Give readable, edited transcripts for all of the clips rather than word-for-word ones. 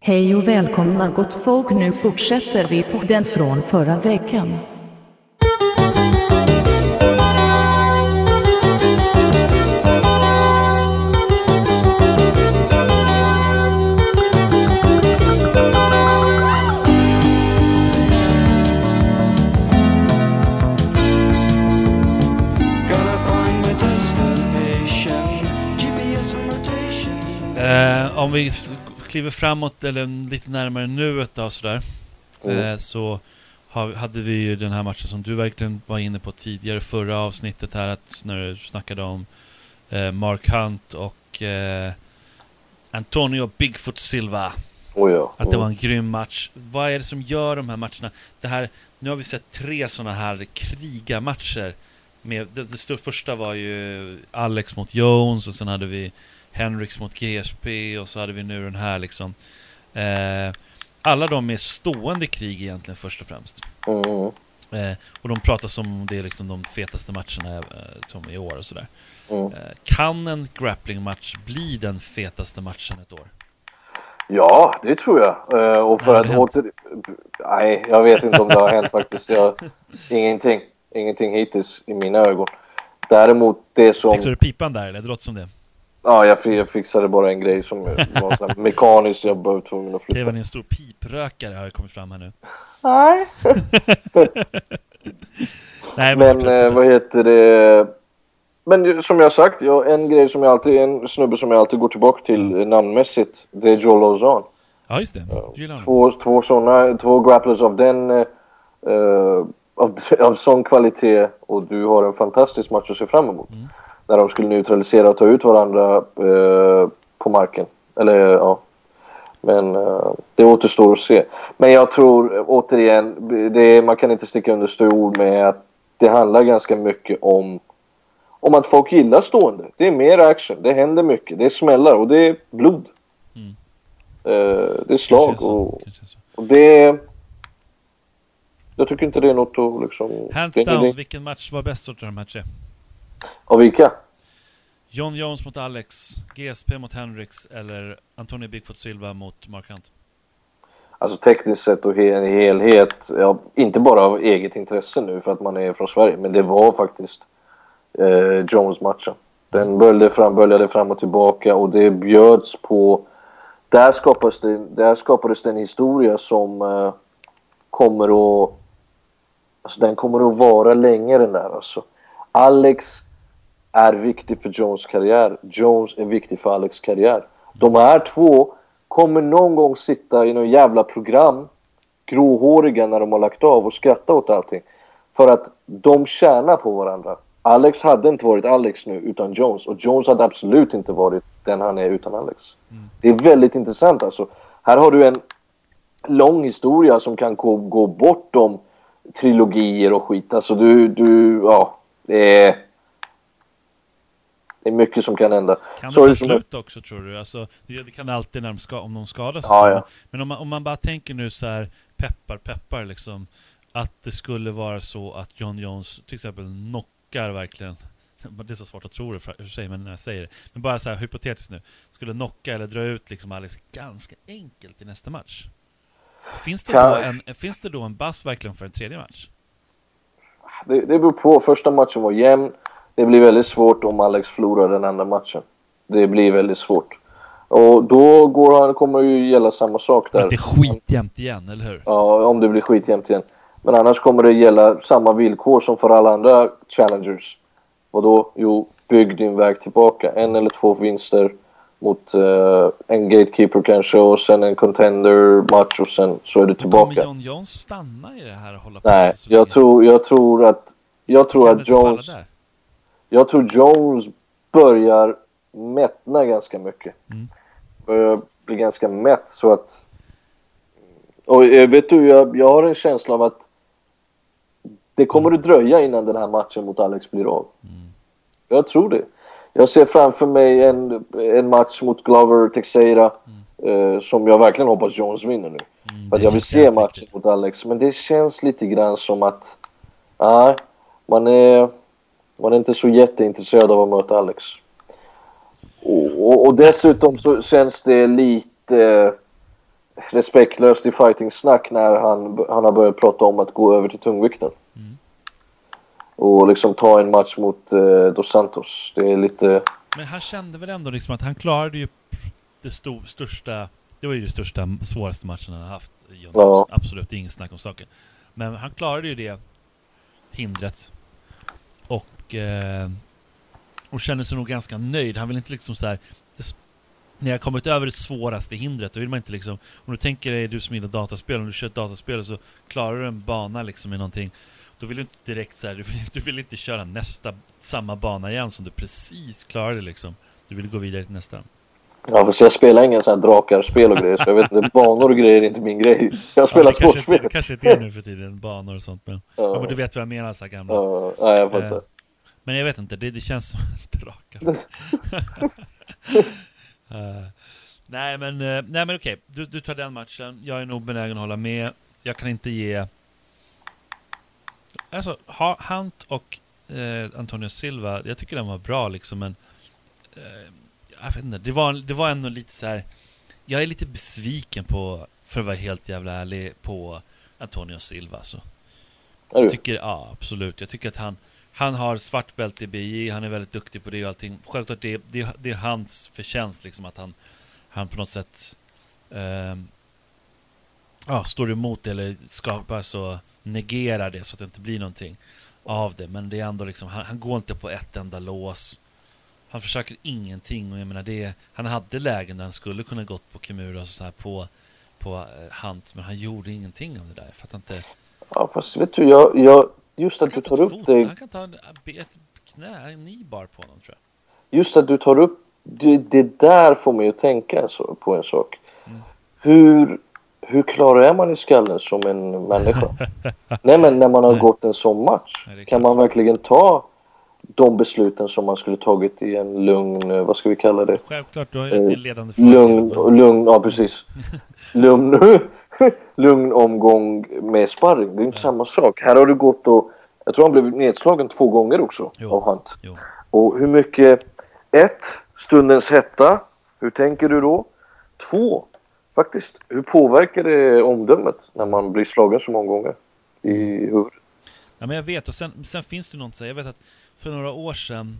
Hej och välkomna gott folk, nu fortsätter vi på den från förra veckan. Om vi kliver framåt eller lite närmare nuet då, sådär, så hade vi ju den här matchen som du verkligen var inne på tidigare förra avsnittet här, att när du snackade om Mark Hunt och Antonio Bigfoot Silva. Att det var en grym match. Vad är det som gör de här matcherna? Nu har vi sett 3 sådana här krigarmatcher. Det första var ju Alex mot Jones, och sen hade vi Hendricks mot GSP, och så hade vi nu den här liksom. Alla de är stående krig egentligen först och främst. Och de pratar som det är liksom de fetaste matcherna som i år och sådär. Kan en grappling-match bli den fetaste matchen ett år? Ja, det tror jag. Och för att nej, jag vet inte om det har hänt faktiskt. Ingenting hittills i mina ögon. Däremot det som... Fixar du pipan där, eller? Det låter som det. Ja, jag fixade bara en grej som var så mekaniskt. Jag behövde tvungen att flytta. Det var en stor piprökare har kommit fram här nu. Nej. Nej, men vad heter det? Men som jag sagt, en snubbe som jag alltid går tillbaka till namnmässigt, det är Joe Lauzon. Ja, just det. Två grapplers av den av sån kvalitet, och du har en fantastisk match att se fram emot. När de skulle neutralisera och ta ut varandra på marken. Eller ja. Men det återstår att se. Men jag tror återigen, man kan inte sticka under stol med att det handlar ganska mycket om att folk gillar stående. Det är mer action, det händer mycket, det är smällar och det är blod. Det är slag och det... Jag tycker inte det är något att liksom... Hands down, vilken match var bäst av de här 3? Och vilka? John Jones mot Alex, GSP mot Hendricks eller Antonio Bigfoot Silva mot Mark Hunt? Alltså tekniskt sett och en helhet, inte bara av eget intresse nu för att man är från Sverige, men det var faktiskt Jones-matchen. Den böljade fram och tillbaka, och det bjöds på... Där skapades det en historia som kommer att... Alltså den kommer att vara länge, den där alltså. Alex är viktig för Jones karriär. Jones är viktig för Alex karriär. De här två kommer någon gång sitta i någon jävla program, gråhåriga när de har lagt av, och skratta åt allting. För att de tjänar på varandra. Alex hade inte varit Alex nu utan Jones, och Jones hade absolut inte varit den han är utan Alex. Det är väldigt intressant alltså. Här har du en lång historia som kan gå bortom trilogier och skit. Alltså det är mycket som kan hända. Kan det ta slut också, tror du? Alltså, det kan alltid om de skadas. Ja. Men om man bara tänker nu så här, peppar liksom, att det skulle vara så att John Jones till exempel knockar verkligen, det är så svårt att tro det för sig, men när jag säger det, men bara så här hypotetiskt nu, skulle knocka eller dra ut liksom Alex ganska enkelt i nästa match. Finns det då en bass verkligen för en tredje match? Det beror på. Första matchen var jämn. Det blir väldigt svårt om Alex förlorar den andra matchen. Det blir väldigt svårt. Och då kommer ju gälla samma sak där. Men det är skitjämnt igen, eller hur? Ja, om det blir skitjämnt igen. Men annars kommer det gälla samma villkor som för alla andra challengers. Och då, bygg din väg tillbaka. 1 eller 2 vinster mot en gatekeeper kanske, och sen en contender-match, och sen så är du tillbaka. Kommer John Jones stanna i det här och hålla på? Nej, jag tror Jones börjar mättna ganska mycket. Börjar bli ganska mätt, så att... Och vet du, jag har en känsla av att det kommer att dröja innan den här matchen mot Alex blir av. Jag tror det. Jag ser framför mig en match mot Glover Teixeira som jag verkligen hoppas Jones vinner nu. För att jag vill se matchen mot Alex. Men det känns lite grann som att man är inte så jätteintresserad av att möta Alex. Och dessutom så känns det lite respektlöst i fighting-snack när han har börjat prata om att gå över till tungvikten. Och liksom ta en match mot Dos Santos. Det är lite... Men han kände väl ändå liksom att han klarade ju det största... Det var ju det största, svåraste matchen han har haft. Ja. Absolut, ingen snack om saken. Men han klarade ju det hindret. Och kände sig nog ganska nöjd. Han vill inte liksom så här... När jag kommit över det svåraste hindret, då vill man inte liksom... Om du tänker dig, du som gillar dataspel, om du kör ett dataspel så klarar du en bana liksom i någonting... Då vill du inte direkt så här, du vill inte köra samma bana igen som du precis klarade liksom. Du vill gå vidare till nästa. Ja, för jag spelar ingen sån här drakarspel och grejer, så jag vet inte, banor och grejer är inte min grej. Jag spelar sportspel. Det kanske inte är nu för tiden, banor och sånt. Men, ja, men du vet vad jag menar, så här gamla. Ja, jag fattar. Men jag vet inte, det känns som drakar. Nej men okej, du tar den matchen. Jag är nog benägen att hålla med. Jag kan inte ge... Alltså, Hunt och Antonio Silva, jag tycker den var bra liksom, men jag vet inte, det var ändå lite så här. Jag är lite besviken på, för att vara helt jävla ärlig, på Antonio Silva så. Jag tycker, ja absolut, jag tycker att han har svart bälte i BJ, han är väldigt duktig på det och allting. Självklart det är hans förtjänst liksom, att han på något sätt står emot det, eller skapar så, negerar det så att det inte blir någonting av det. Men det är ändå liksom, han går inte på ett enda lås. Han försöker ingenting, och jag menar han hade lägen där han skulle kunna gått på Kimura och så här på Hunt, men han gjorde ingenting av det där. Jag fattar inte. Ja, fast vet du, jag just att du tar upp det. Han kan ta ett knä, en kneebar på honom, tror jag. Just att du tar upp det där får mig att tänka på en sak. Hur klar är man i skallen som en människa? Nej, men när man har gått en sån match, kan man verkligen ta de besluten som man skulle tagit i en lugn, vad ska vi kalla det? Självklart, du har ju en ledande fråga. Lugn, ja precis. Lugn omgång med sparring. Det är inte samma sak. Här har du gått och, jag tror han blev nedslagen 2 gånger också av Hunt. Jo. Och hur mycket, 1, stundens hetta, hur tänker du då? 2, faktiskt, hur påverkar det omdömet när man blir slagen så många gånger i huvudet? Ja, men jag vet, och sen finns det något så. Jag vet att för några år sedan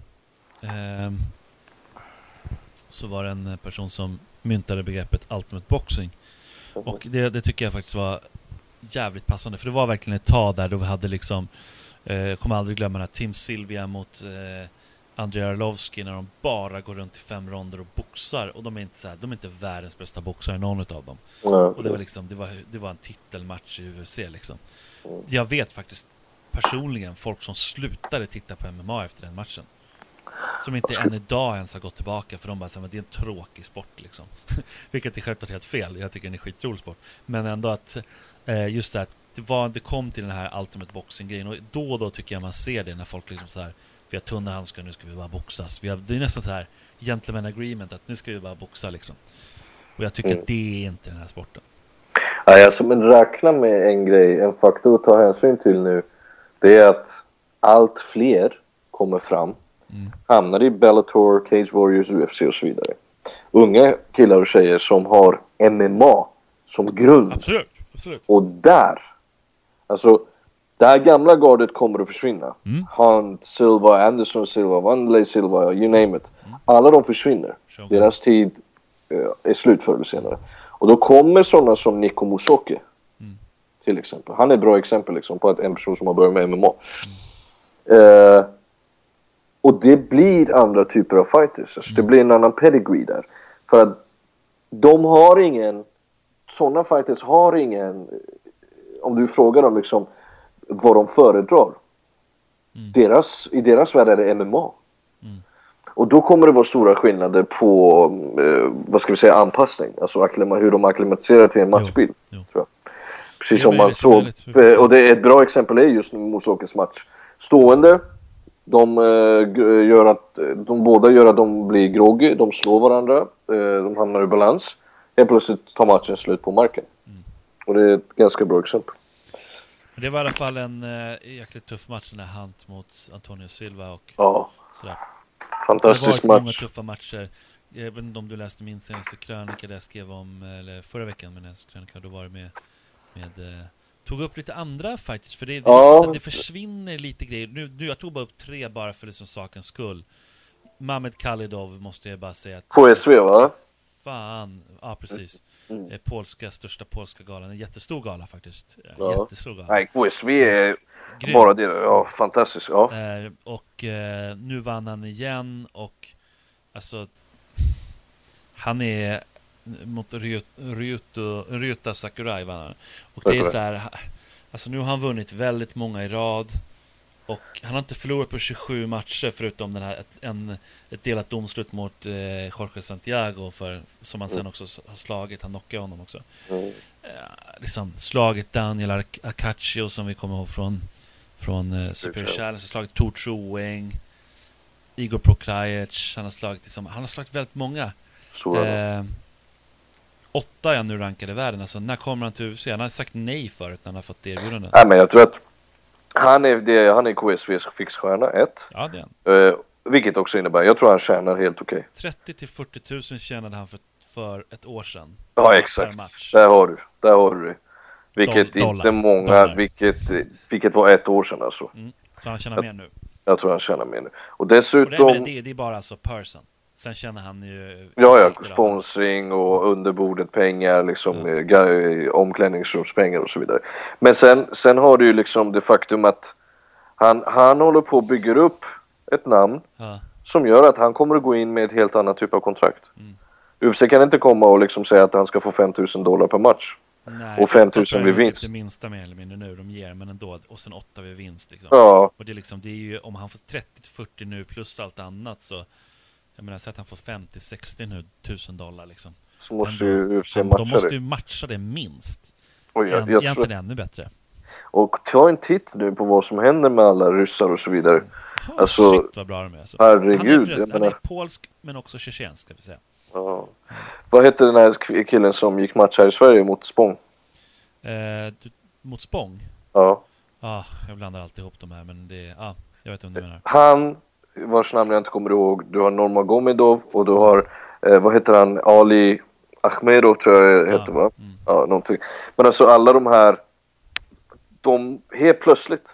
så var det en person som myntade begreppet Ultimate Boxing. Och det tycker jag faktiskt var jävligt passande. För det var verkligen ett tag där då vi hade liksom, jag kommer aldrig glömma den här Tim Sylvia mot Andrei Arlovski, när de bara går runt i 5 ronder och boxar, och de är inte så här, de är inte världens bästa boxare, någon av dem. Och det var liksom, det var en titelmatch i UFC liksom. Jag vet faktiskt personligen folk som slutade titta på MMA efter den matchen, som inte än idag ens har gått tillbaka, för de bara säger att det är en tråkig sport liksom. Vilket är självklart helt fel. Jag tycker det är en skitrolig sport, men ändå att just det att det kom till den här Ultimate Boxing grejen, och då tycker jag man ser det när folk liksom så här, vi har tunna handskar, nu ska vi bara boxas. Det är nästan så här gentleman agreement, att nu ska vi bara boxa liksom. Och jag tycker att det är inte den här sporten. Ja, alltså, men räkna med en grej, en faktor att ta hänsyn till nu. Det är att allt fler kommer fram, hamnar i Bellator, Cage Warriors, UFC och så vidare. Unga killar och tjejer som har MMA som grund. Absolut. Och där, alltså, det här gamla gardet kommer att försvinna. Hunt, Silva, Anderson Silva, Wanderlei Silva, you name it. Alla de försvinner. Deras tid är slut förr eller senare. Och då kommer sådana som Nico Musoke till exempel. Han är ett bra exempel liksom, på en person som har börjat med MMA. Och det blir andra typer av fighters. Alltså, det blir en annan pedigree där. För att de har ingen, sådana fighters har ingen, om du frågar dem liksom vad de föredrar. I deras värld är det MMA. Och då kommer det vara stora skillnader på vad ska vi säga, anpassning. Alltså hur de akklimatiserar till en matchbild. Tror jag. Precis som man såg. Och det är ett bra exempel är just Musokes match. Stående. De båda gör att de blir groggy. De slår varandra. De hamnar i balans. Helt plötsligt tar matchen slut på marken. Och det är ett ganska bra exempel. Det var i alla fall en jäkligt tuff match, den här Hunt mot Antonio Silva och ja. sådär. Fantastisk match. Det har varit match. många tuffa matcher. jag vet inte om du läste min senaste krönika där jag skrev om, eller förra veckan med nästa krönika, då var det med tog upp lite andra fighters, för det försvinner lite grejer. Nu jag tog bara upp 3 bara för det som sakens skull. Mamed Khalidov måste jag bara säga att KSV, va? Fan, ja precis. Största polska galan, en jättestor gala faktiskt. Ja. Jättestor gala. Nej, KSV är bara det, ja, fantastiskt, ja. Och nu vann han igen, och alltså han är mot Ryuta Sakurai vann han. Och det är så här, alltså nu har han vunnit väldigt många i rad. Och han har inte förlorat på 27 matcher förutom den här ett delat domslut mot Jorge Santiago som han sen också har slagit. Han knockade honom också. Liksom slagit Daniel Acaccio som vi kommer ihåg från Superior Challenge. Slagit Tor Troeng, Igor Prokrajic. Han har slagit väldigt många. 8 är nu rankade i världen. Alltså, när kommer han till UFC? Han har sagt nej förut när han har fått det erbjudandet. Nej, men jag tror att han är KSVs fixstjärna 1. Ja, det är han. Vilket också innebär, jag tror han tjänar helt okej. 30 till 40 000 tjänade han för ett år sedan. Ja, exakt. Där har du det. Vilket inte många, vilket var ett år sedan alltså. Så han tjänar mer nu. Jag tror han tjänar mer nu. Och dessutom... Och det är bara alltså person. Sen känner han ju... Ja, sponsring och underbordet pengar, liksom omklädningsrumspengar och så vidare. Men sen har du ju liksom det faktum att han håller på att bygga upp ett namn som gör att han kommer att gå in med ett helt annat typ av kontrakt. UFC kan inte komma och liksom säga att han ska få $5,000 per match. Nej, och 5,000 vid vinst. Det minsta mer eller mindre nu de ger, men ändå, och sen 8 vid vinst liksom. Ja. Och det är ju, om han får 30-40 nu plus allt annat, så jag menar, så att han får $50-60 nu $1,000 liksom. Så måste ju UFC matcha det. De måste ju matcha det minst. Egentligen tror ännu bättre. Och ta en titt nu på vad som händer med alla ryssar och så vidare. Alltså, shit vad bra de är alltså. Herregud. Han är polsk men också tjetjensk, ska vi säga. Ja. Vad heter den här killen som gick match här i Sverige mot Spång? Mot Spång? Ja. Jag blandar alltid ihop de här, men jag vet inte vad du menar. Han, vars namn jag inte kommer ihåg, du har Nurmagomedov och du har, vad heter han, Ali Akhmedov tror jag heter, va? Ja, någonting. Men alltså alla de här, de helt plötsligt.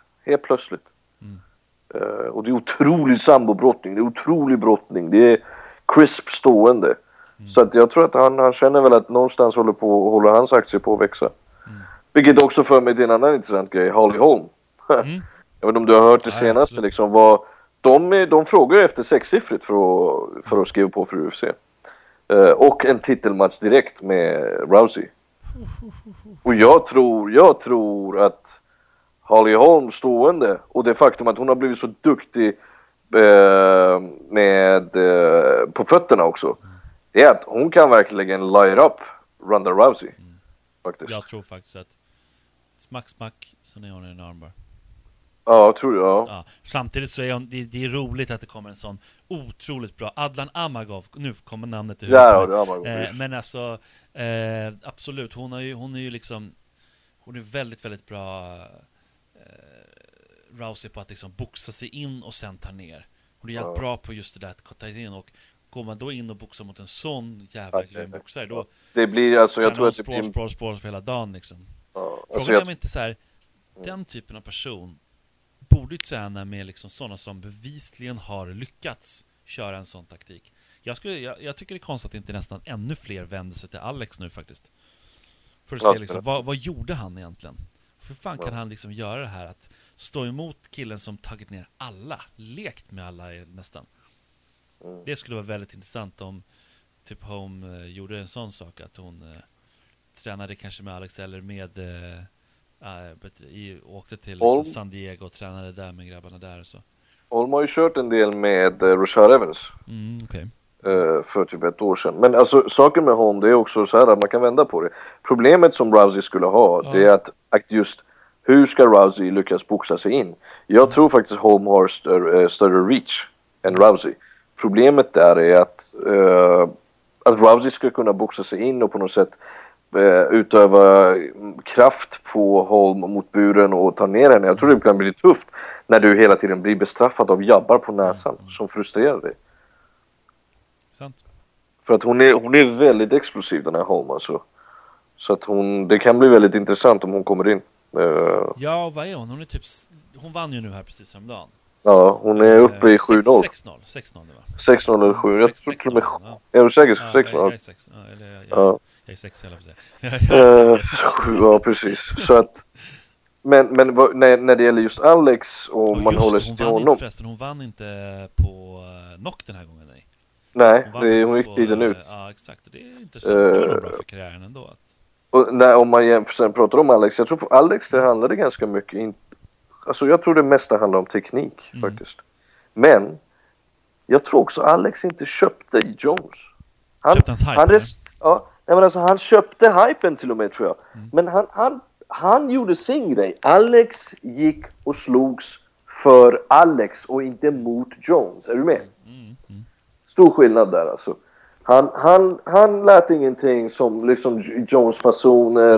Och det är otrolig sambobrottning, det är otrolig brottning, det är crisp stående. Så att jag tror att han känner väl att någonstans håller hans aktier på att växa. Vilket också för mig till en annan intressant grej, Holly Holm. Jag vet inte om du har hört det senaste liksom, de frågar efter 6-siffrigt för att skriva på för UFC. Och en titelmatch direkt med Rousey. Och jag tror att Holly Holm stående och det faktum att hon har blivit så duktig på fötterna också, det är att hon kan verkligen light up Ronda Rousey. Faktiskt. Jag tror faktiskt att smack så är hon en armbar. Ja, tror jag. Ja. Samtidigt så är det är roligt att det kommer en sån otroligt bra Adlan Amagov. Nu kommer namnet i huvudet. Men alltså absolut, hon är ju liksom, hon är väldigt, väldigt bra Rousey på att liksom boxa sig in och sen ta ner. Hon är jävligt bra på just det där att ta in, och går man då in och boxar mot en sån jävla grym boxare, då det blir alltså, jag tror att det blir spår hela dagen liksom. Alltså Frågan är om inte så här, den typen av person borde träna med liksom sådana som bevisligen har lyckats köra en sån taktik. Jag tycker det är konstigt att inte nästan ännu fler vänder sig till Alex nu faktiskt. För att se liksom, vad gjorde han egentligen? För fan kan han liksom göra det här, att stå emot killen som tagit ner alla, lekt med alla nästan. Det skulle vara väldigt intressant om typ Holm gjorde en sån sak, att hon tränade kanske med Alex eller med åkte till liksom San Diego och tränade där med grabbarna där och så. Holm har ju kört en del med Rashad Evans för typ ett år sedan. Men alltså saken med Holm, det är också så här att man kan vända på det. Problemet som Rousey skulle ha, det är att just hur ska Rousey lyckas boxa sig in? Jag tror faktiskt Holm har större reach än Rousey. Problemet där är att Rousey ska kunna boxa sig in och på något sätt utöva kraft på Holm mot buren och ta ner henne. Jag tror det kan bli tufft när du hela tiden blir bestraffad av jabbar på näsan som frustrerar dig. Sant. För att hon är väldigt explosiv, den här Holm alltså. Så att det kan bli väldigt intressant om hon kommer in. Ja, vad är hon? Hon vann ju nu här precis häromdagen. Ja, hon är uppe i 7-0. 6-0 va? 6-0 eller 7. Jag tror till och med... Är du säker? 6-0? Jag är 6. Jag är 6 hela tiden. Ja, precis. Så att... Men när det gäller just Alex och man håller sig till honom... Hon vann inte på knock den här gången, nej. Nej, hon gick tiden ut. Ja, exakt. Och det är intressant. Det var bra för karriären ändå. Om man sen pratar om Alex, jag tror på Alex det handlade ganska mycket... Alltså jag tror det mesta handlar om teknik faktiskt. Men jag tror också Alex inte köpte Jones. Köpte hans hype? Han köpte hypen till och med, tror jag. Men han gjorde sin grej. Alex gick och slogs för Alex och inte mot Jones. Är du med? Stor skillnad där alltså. Han lät ingenting som liksom Jones fasoner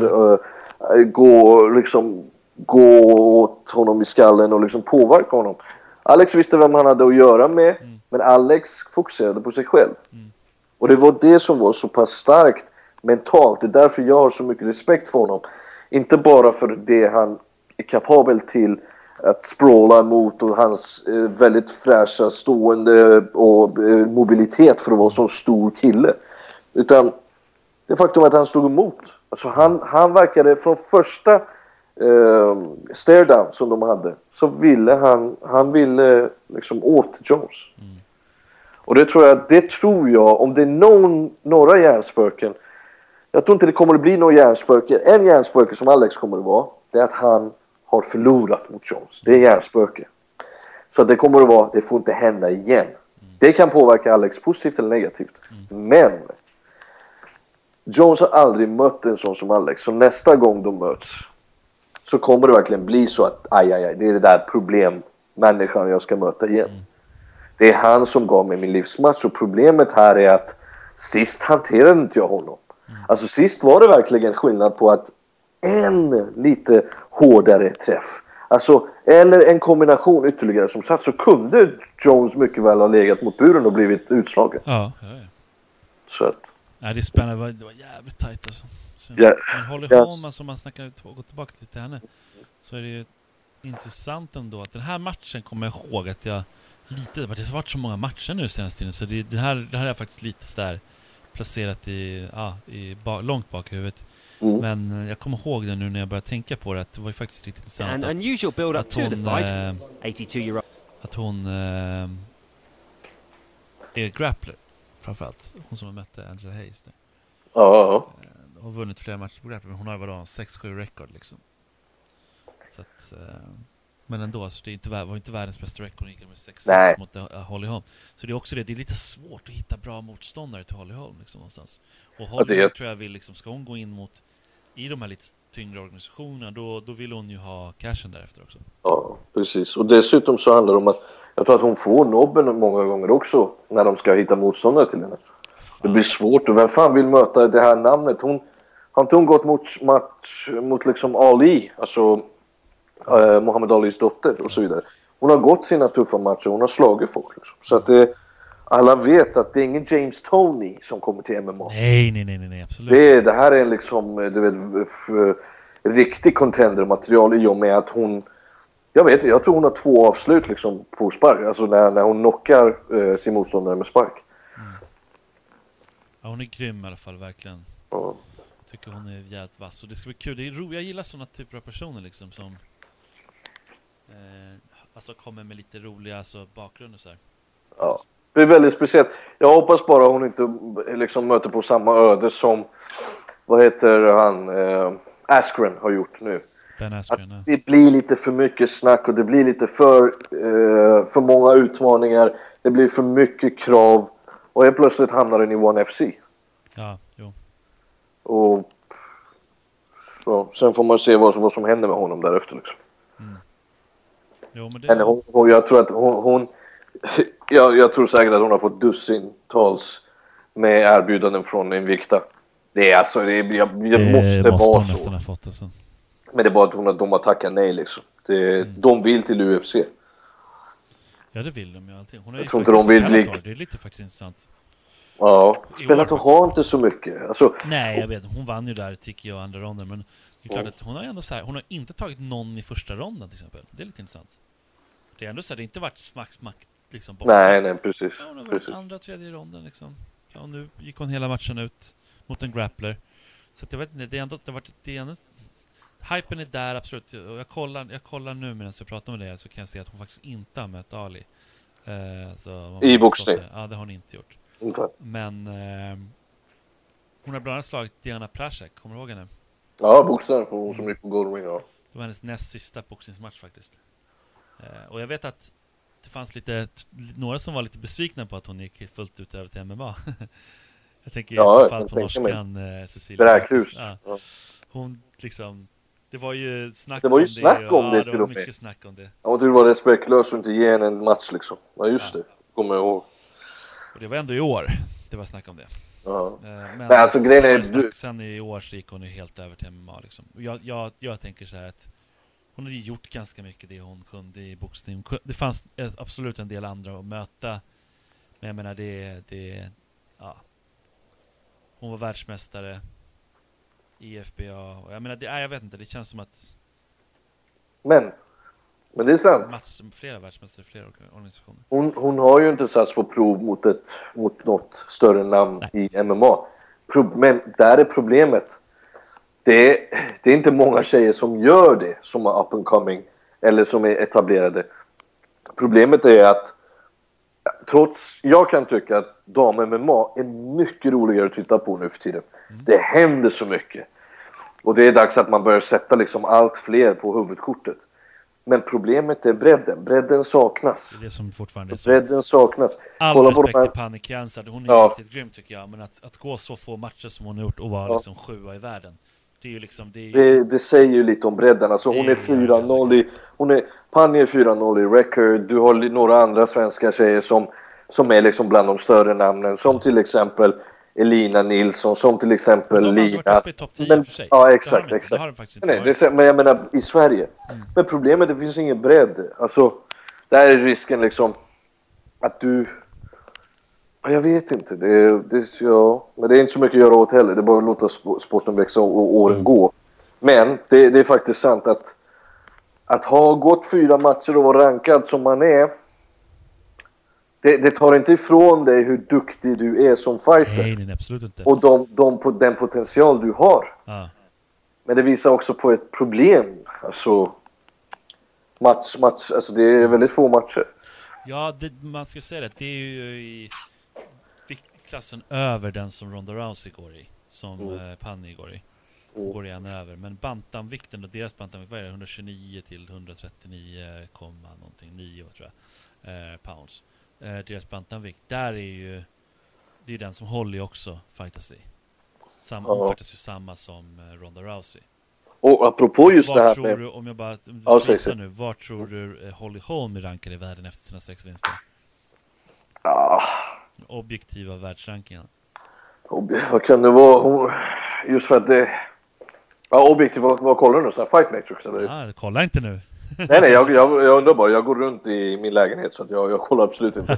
gå åt honom i skallen och liksom påverka honom. Alex visste vem han hade att göra med, men Alex fokuserade på sig själv. Och det var det som var så pass starkt mentalt. Det är därför jag har så mycket respekt för honom. Inte bara för det han är kapabel till att språla emot och hans väldigt fräscha stående och mobilitet för att vara så stor kille. Utan det faktum att han stod emot. Alltså han verkade från första stare down som de hade, så ville han ville liksom åt Jones. Och det tror jag om det är några hjärnspöken, jag tror inte det kommer att bli någon hjärnspöke. En hjärnspöke som Alex kommer att vara, det är att han har förlorat mot Jones. Det är hjärnspöke. Så det kommer att vara, det får inte hända igen. Det kan påverka Alex positivt eller negativt. Men Jones har aldrig mött en sån som Alex. Så nästa gång de möts så kommer det verkligen bli så att det är det där problemmänniskan jag ska möta igen. Det är han som gav mig min livsmatch. Och problemet här är att sist hanterade inte jag honom. Alltså sist var det verkligen skillnad på att en lite hårdare träff. Alltså, eller en kombination ytterligare som satt, så kunde Jones mycket väl ha legat mot buren och blivit utslagen. Ja. Så att... Ja, det är spännande. Det var jävligt tajt alltså. Men håller Holm, alltså, om man snackar gå tillbaka till henne, så är det ju intressant ändå att den här matchen kommer jag ihåg att jag lite, det har varit så många matcher nu senaste tiden, så det här är jag faktiskt lite där placerat långt bak i huvudet. Men jag kommer ihåg det nu när jag började tänka på det, att det var ju faktiskt riktigt intressant att hon är grappler framförallt. Hon som har mött Angela Hayes där. Ja. Har vunnit flera matcher på grappler, men hon har ju 6-7 rekord liksom. Så att, men ändå, så det var inte världens bästa rekord. Hon gick med 6-6 mot Holly Holm. Så det är också det är lite svårt att hitta bra motståndare till Holly Holm liksom, någonstans. Och Holly Holm tror jag vill liksom, ska hon gå in mot i de här lite tyngre organisationerna, då vill hon ju ha cashen därefter också. Ja, precis. Och dessutom så handlar det om att jag tror att hon får nobben många gånger också när de ska hitta motståndare till henne. Det blir svårt, och vem fan vill möta det här namnet? Har inte hon gått mot liksom Ali, alltså Muhammad Alis dotter och så vidare. Hon har gått sina tuffa matcher, hon har slagit folk liksom. Så att alla vet att det är ingen James Toney som kommer till MMA. Nej, absolut. Det här är liksom, du vet, riktig contender-material i och med att hon, jag tror hon har 2 avslut liksom på spark, alltså när hon knockar sin motståndare med spark. Ja, hon är grym i alla fall, verkligen. Tycker hon är jävligt vass, och det ska bli kul. Det är roligt, jag gillar sådana typer av personer liksom som alltså kommer med lite roliga bakgrund och så här. Ja, det är väldigt speciellt. Jag hoppas bara hon inte liksom möter på samma öde som vad heter han Askren har gjort nu. Ben Askren, att det blir lite för mycket snack och det blir lite för många utmaningar. Det blir för mycket krav och helt plötsligt hamnar den i ONE FC. Ja, jo. Och så, sen får man se vad som händer med honom därefter liksom. Jo, men det... jag tror att hon jag tror säkert att hon har fått dussintals med erbjudanden från Invicta. Det är alltså jag måste vara så. Nästan ha fått det sen. Men det är bara att de har tackat nej liksom. De vill till UFC. Ja, det vill de ju alltid. Hon är jag tror inte de vill bli... Det är lite faktiskt intressant. Ja, spelat och har inte så mycket. Alltså, nej, jag vet. Hon vann ju där, tycker jag, andra ronden. Men det är klart att hon har ändå så här, hon har inte tagit någon i första ronden till exempel. Det är lite intressant. Det är ändå så här, det har inte varit smack liksom bort. Nej, precis. Ja, hon har varit andra, tredje ronden liksom. Ja, och nu gick hon hela matchen ut mot en grappler. Så att jag vet inte, det är ändå hypen är där, absolut. Och jag kollar nu medan jag pratar med det, så kan jag se att hon faktiskt inte har mött Ali. I boxning? Ja, det har hon inte gjort. Okay. Men hon har bland annat slagit Diana Prasek, kommer du ihåg henne? Ja, boxaren för hon som gick på Gold Ring, ja. Det var hennes näst sista boxningsmatch faktiskt. Och jag vet att det fanns några som var lite besvikna på att hon gick fullt ut över till MMA. Jag tänker i alla fall på norskan Cecilia Bräkhus. Ja. Hon liksom, det var ju snack om det till och med. Mycket snack om det. Ja, det var respektlöst att inte ge henne en match liksom. Ja, just det. Kommer jag ihåg. Och det var ändå i år det var snack om det. Ja. Men alltså grejen är sen i år så gick hon ju helt över till MMA liksom. Jag tänker så här att hon hade gjort ganska mycket det hon kunde i boxning. Det fanns absolut en del andra att möta. Men jag menar ja. Hon var världsmästare i FBA. Och jag menar jag vet inte, det känns som att men det är sant. Flera världsmästare, flera organisationer. Hon har ju inte satts på prov mot något större namn i MMA. Men där är problemet. Det är inte många tjejer som gör det, som är up and coming eller som är etablerade. Problemet är att jag kan tycka att dam-MMA är mycket roligare att titta på nu för tiden. Det händer så mycket. Och det är dags att man börjar sätta liksom allt fler på huvudkortet. Men problemet är bredden. Bredden saknas. Det är det som fortfarande är så. Bredden saknas. All respekt till Panic Jansa. Hon är riktigt grym tycker jag. Men att gå så få matcher som hon har gjort och vara liksom 7:a i världen. Det är ju liksom... Det säger ju lite om bredden. Alltså hon är 4-0 Pani är 4-0 i record. Du har några andra svenska tjejer som är liksom bland de större namnen. Som till exempel Elina Nilsson, som till exempel Lina. De har varit uppe i topp 10 för sig. Ja, exakt. Det har de faktiskt inte men jag menar i Sverige. Men problemet är att det finns ingen bredd. Alltså, där är risken liksom att du... Jag vet inte. Men det är inte så mycket att göra åt heller. Det är bara att låta sporten växa och åren gå. Men det är faktiskt sant att ha gått 4 matcher och vara rankad som man är, det tar inte ifrån dig hur duktig du är som fighter. Nej, absolut inte. Och den potential du har. Ja. Men det visar också på ett problem. Alltså match, alltså det är väldigt få matcher. Ja, man ska säga det. Det är ju i viktklassen över den som Ronda Rousey går i. Som Pani går i. Går igen över. Men bantamvikten och deras bantamvikt, vad är det? 129 till 139, någonting 9 tror jag. Pounds. Deras bantamvikt, där är ju det är den som Holly också fightas i. Hon fightas ju samma som Ronda Rousey. Och apropå just det här med... Om jag bara visar nu, var tror du Holly Holm är rankad i världen efter sina 6 vinster? Objektiva världsrankingen. Vad kan det vara? Just för att det... Ja, objektivt, vad kollar du nu? Så Fight Matrix eller? Ja, kolla inte nu. Nej, jag undrar bara. Jag går runt i min lägenhet så att jag kollar absolut inte.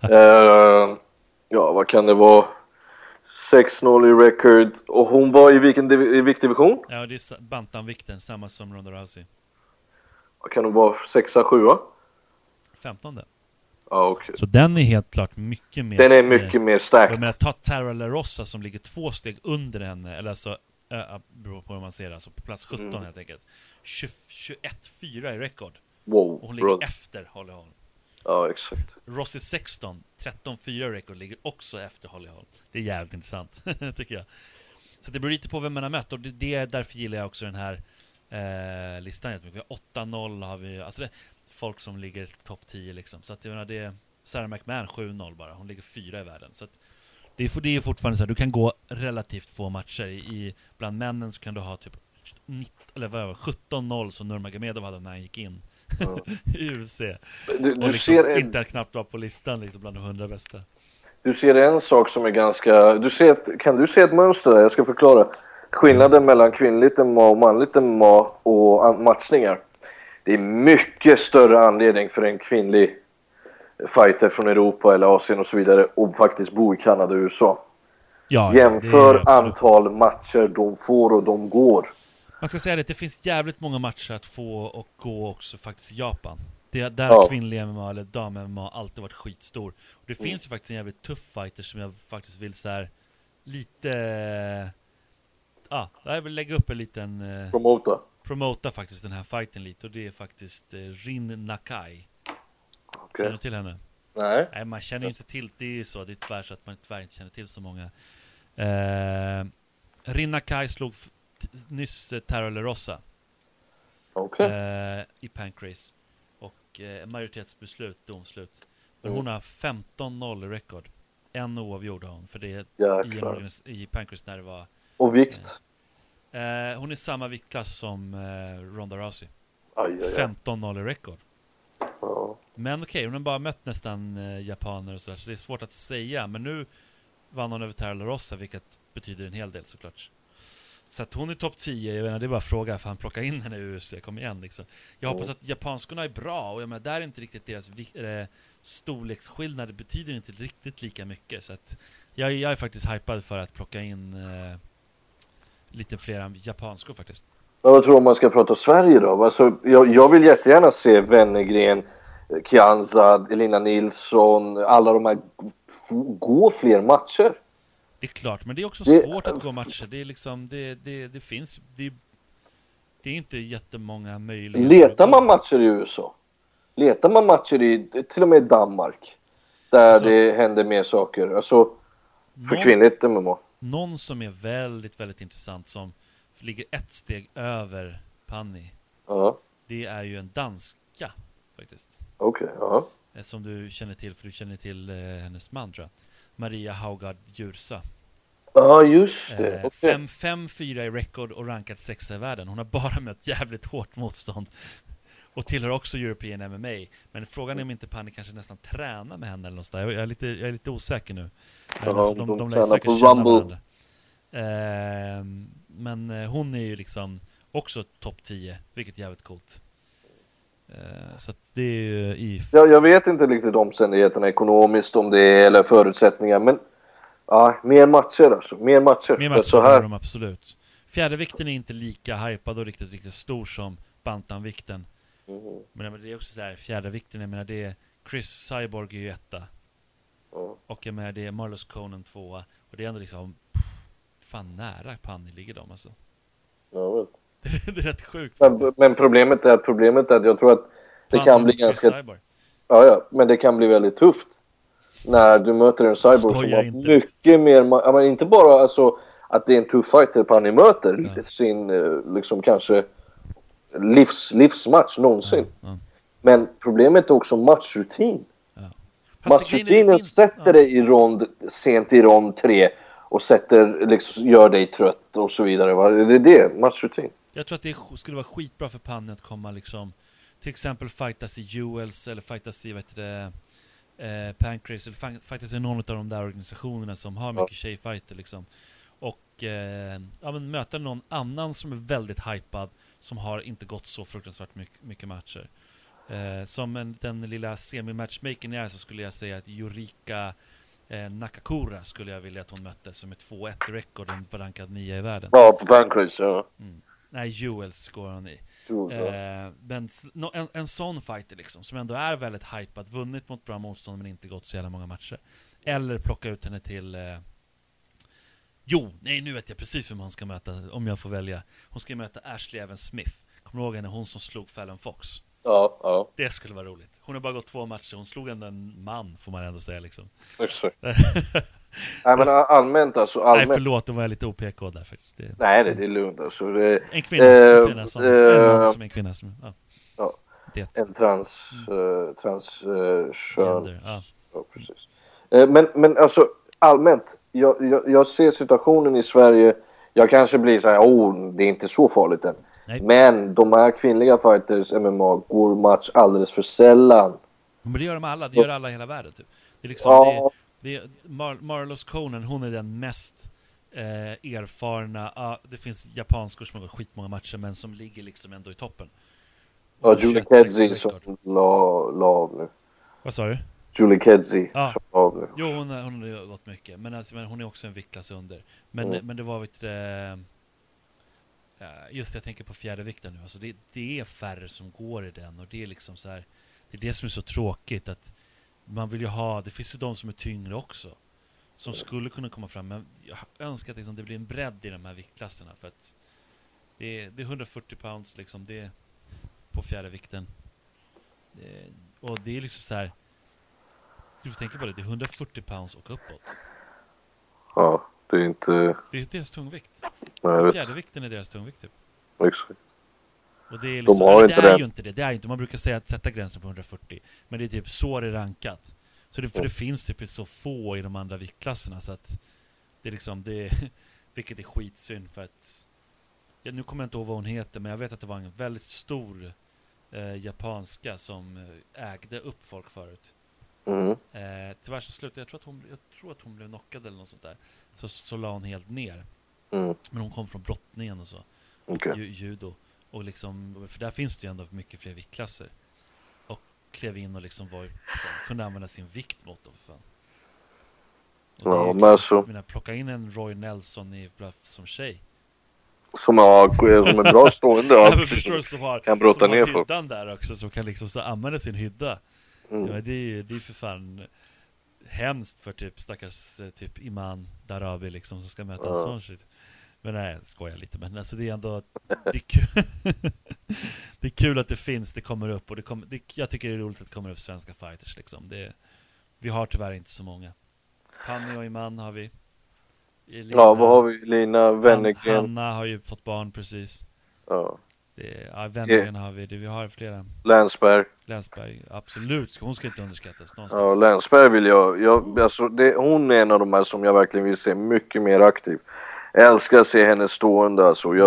Ja, vad kan det vara? 6-0 i record. Och hon var i vilken viktdivision? Ja, det är bantamvikten, samma som Ronda Rousey. Vad kan hon vara? 6-7? 15. Ja, okej. Så den är helt klart mycket mer... Den är mycket mer stark. Jag menar, ta Tara LaRossa som ligger 2 steg under henne. Eller alltså, beror på hur man ser det. Alltså på plats 17 helt enkelt. 21-4 i rekord. Wow, och hon ligger efter Holly Holm. Ja, exakt. Rossi 16, 13-4 i rekord, ligger också efter Holly Holm. Det är jävligt intressant, tycker jag. Så det beror lite på vem man har mött. Och det är därför gillar jag också den här listan. Vi har 8-0 har vi... Alltså det är folk som ligger topp 10 liksom. Så att jag menar, det är Sarah McMahon 7-0 bara. Hon ligger 4 i världen. Så att det är fortfarande så här, du kan gå relativt få matcher. Bland männen så kan du ha typ 17-0 som Nurmagomedov hade när han gick in i UFC. Du liksom ser inte knappt var på listan liksom bland de 100 bästa. Du ser en sak som är ganska... Kan du se ett mönster där? Jag ska förklara. Skillnaden mellan kvinnligt MMA och manligt MMA och matchningar. Det är mycket större anledning för en kvinnlig fighter från Europa eller Asien och så vidare och faktiskt bo i Kanada och USA. Ja, jämför antal matcher de får och de går. Man ska säga det finns jävligt många matcher att få och gå också faktiskt i Japan. Där har kvinnliga MMA eller dam-MMA alltid varit skitstor. Och det finns ju faktiskt en jävligt tuff fighter som jag faktiskt vill så här lite... jag vill lägga upp en liten... Promota faktiskt den här fighten lite. Och det är faktiskt Rin Nakai. Känner du till henne? Nej, man känner ju inte till. Det är ju så, det är tyvärr så att man tyvärr inte känner till så många. Rin Nakai slog nyss Tara LaRossa i Pancrase. Och majoritetsbeslut, domslut. Men hon har 15-0 i rekord. En oavgjord har hon. För det är i Pancrase när det var... Och vikt? Hon är samma viktklass som Ronda Rousey. 15-0 i rekord. Men okej, hon har bara mött nästan japaner och sådär. Så det är svårt att säga. Men nu vann hon över Tara LaRossa, vilket betyder en hel del såklart. Så att hon är topp 10, jag menar, det är bara fråga för han plockar in henne i UFC, kom igen liksom. Jag hoppas att japanskorna är bra och jag menar, där är inte riktigt deras storleksskillnad, det betyder inte riktigt lika mycket. Så att jag är faktiskt hypad för att plocka in lite fler japanskor faktiskt. Jag tror man ska prata Sverige då. Alltså, jag vill jättegärna se Wennergren, Kianzad, Elina Nilsson, alla de här gå fler matcher. Det är klart, men det är också svårt att gå matcher. Det är liksom, det finns, det är inte jättemånga möjligheter. Letar man matcher i USA? Letar man matcher i till och med Danmark? Där alltså, det händer mer saker. Alltså, för kvinnligt MMA. Någon som är väldigt, väldigt intressant som ligger ett steg över Panni. Det är ju en danska faktiskt. Okej. Som du känner till, för du känner till hennes man, tror jag. Maria Haugard Djursa. Ja, just det. 5-4 i rekord och rankat 6 i världen. Hon har bara mött jävligt hårt motstånd. Och tillhör också European MMA. Men frågan är om inte Panni kanske nästan tränar med henne eller någonstans. Jag är lite osäker nu. Alltså, de lär säkert känna varandra. Men hon är ju liksom också topp 10, vilket är jävligt coolt. Så att det är ju jag vet inte riktigt omständigheterna ekonomiskt, om det är eller förutsättningar, men mer matcher alltså. Mer matcher så här. De absolut. Fjärdevikten är inte lika hypad och riktigt stor som bantamvikten. Men det är också så här, fjärdevikten, jag menar, det är Chris Cyborg är ju etta. Och jag menar, det är Marlos Conan 2. Och det är ändå liksom fan nära Panni ligger de alltså. Ja, det är rätt sjukt. Men problemet är att jag tror att det kan bli ganska... men det kan bli väldigt tufft när du möter en cyborg som har mycket mer... Men inte bara alltså, att det är en tuff fighter Panni möter sin liksom kanske livsmatch någonsin. Men problemet är också matchrutin. Matchrutinen sätter dig i rond sent i rond 3 och liksom, gör dig trött och så vidare. Va? Det är det, matchrutin. Jag tror att det skulle vara skitbra för Panni att komma liksom, till exempel fightas i ULs eller fightas i Pancrase eller fightas i någon av de där organisationerna som har mycket tjejfighter liksom. Och möta någon annan som är väldigt hypad, som har inte gått så fruktansvärt mycket matcher. Som den lilla semi-matchmaken är, så skulle jag säga att Yurika Nakakura skulle jag vilja att hon mötte, som är 2-1 rekord och var rankad 9 i världen. Ja, på Pancrase, Nej, ULs går hon i. Men en sån fighter liksom, som ändå är väldigt hypad, vunnit mot bra motstånd men inte gått så jävla många matcher. Eller plocka ut henne till... nu vet jag precis vem hon ska möta, om jag får välja. Hon ska möta Ashley Evans Smith. Kommer du ihåg henne, hon som slog Fallon Fox? Ja. Det skulle vara roligt. Hon har bara gått 2 matcher. Hon slog ändå en man, får man ändå säga liksom. Nej, men allmänt alltså. Nej, förlåt, då var jag lite OPK där faktiskt. Nej, det är lugnt alltså. En kvinna som en man som en kvinna som... En transkön. Ja, precis. Men alltså, allmänt. Jag ser situationen i Sverige. Jag kanske blir så här, det är inte så farligt än. Nej. Men de här kvinnliga fighters MMA går match alldeles för sällan. Men det gör de alla, det gör alla i hela världen typ. Det är liksom Marlos Conan, hon är den mest erfarna. Det finns japanskor som har gått skitmånga matcher men som ligger liksom ändå i toppen. Julie Kedzie som la av nu. Vad sa du? Julie Kedzie. Ja. Jo, hon har gått mycket. Men hon är också en viktklass under. Men det var just jag tänker på fjärdevikten nu. Alltså det är färre som går i den. Och det är liksom så här. Det är det som är så tråkigt. Att man vill ju ha. Det finns ju de som är tyngre också. Som skulle kunna komma fram. Men jag önskar att liksom det blir en bredd i de här viktklasserna. För att det är 140 pounds liksom. Det är på fjärdevikten. Och det är liksom så här. Du får tänka på det. Det är 140 pounds och uppåt. Ja, det är inte... Det är deras tungvikt. Nej, fjärdevikten är deras tungvikt typ. Exakt. Och det är liksom, de har inte det. Är ju inte det. Det är inte. Man brukar säga att sätta gränsen på 140. Men det är typ så det är rankat. Så det finns typ så få i de andra viktklasserna. Så att det är liksom... vilket är skitsynd för att... nu kommer jag inte ihåg vad hon heter. Men jag vet att det var en väldigt stor japanska som ägde upp folk förut. Tyvärr så slutade jag tror att hon blev knockad eller något sånt där. Så la hon helt ner. Men hon kom från brottningen och så. Judo. Och liksom, för där finns det ju ändå mycket fler viktklasser. Och klev in och liksom kunde använda sin vikt mot dem för fan. Ja, men så plocka in en Roy Nelson som tjej. Som är bra stående. Jag förstår som kan brotta ner på hyddan där också. Som kan liksom så använda sin hydda. Ja, det är för fan hemskt för typ stackars typ Iman Darabi liksom som ska möta en sån shit. Men nej, jag skojar lite. Men alltså det är ändå det är kul. Det är kul att det finns, det kommer upp. Och jag tycker det är roligt att det kommer upp svenska fighters liksom. Vi har tyvärr inte så många. Panni och Iman har vi. Lina, vad har vi? Lina Wennergren. Hanna har ju fått barn precis. Ja. Wennergren har vi. Vi har flera. Länsberg, absolut. Hon ska inte underskattas Ja, någonstans. Länsberg vill alltså hon är en av de här som jag verkligen vill se mycket mer aktiv. Jag älskar att se henne stående. Alltså.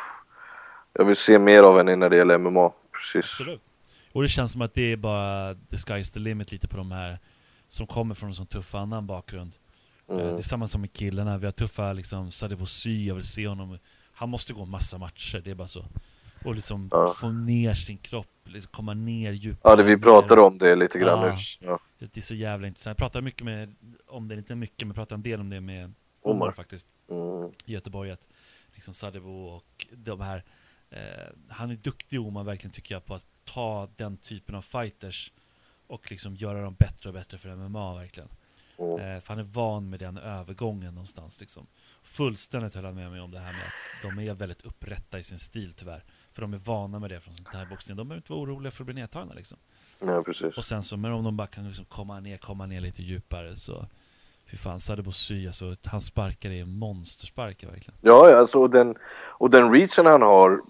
Jag vill se mer av henne när det gäller MMA. Precis. Absolut. Och det känns som att det är bara the sky's the limit lite på de här som kommer från en sån tuff annan bakgrund. Det är samma som med killarna. Vi har tuffa liksom Sadebo Sy. Jag vill se honom. Han måste gå en massa matcher. Det är bara så. Och liksom få ner sin kropp. Liksom komma ner djupare. Ja, vi pratade om det lite grann. Ja. Det är så jävla intressant. Jag pratar mycket om det. Inte mycket, men jag pratar en del om det med Omar faktiskt. I Göteborg. Att liksom Sadebo och de här. Han är duktig Omar verkligen tycker jag på att ta den typen av fighters. Och liksom göra dem bättre och bättre för MMA verkligen. För han är van med den övergången någonstans liksom. Fullständigt höll han med mig om det här med att de är väldigt upprätta i sin stil tyvärr. För de är vana med det från sånt här boxning. De behöver inte vara oroliga för att bli nedtagna liksom. Ja, precis. Och sen så, men om de bara kan liksom komma ner lite djupare så fy fan, Sadebo Sy, alltså han sparkar är monstersparkar verkligen. Ja, alltså och den reachen han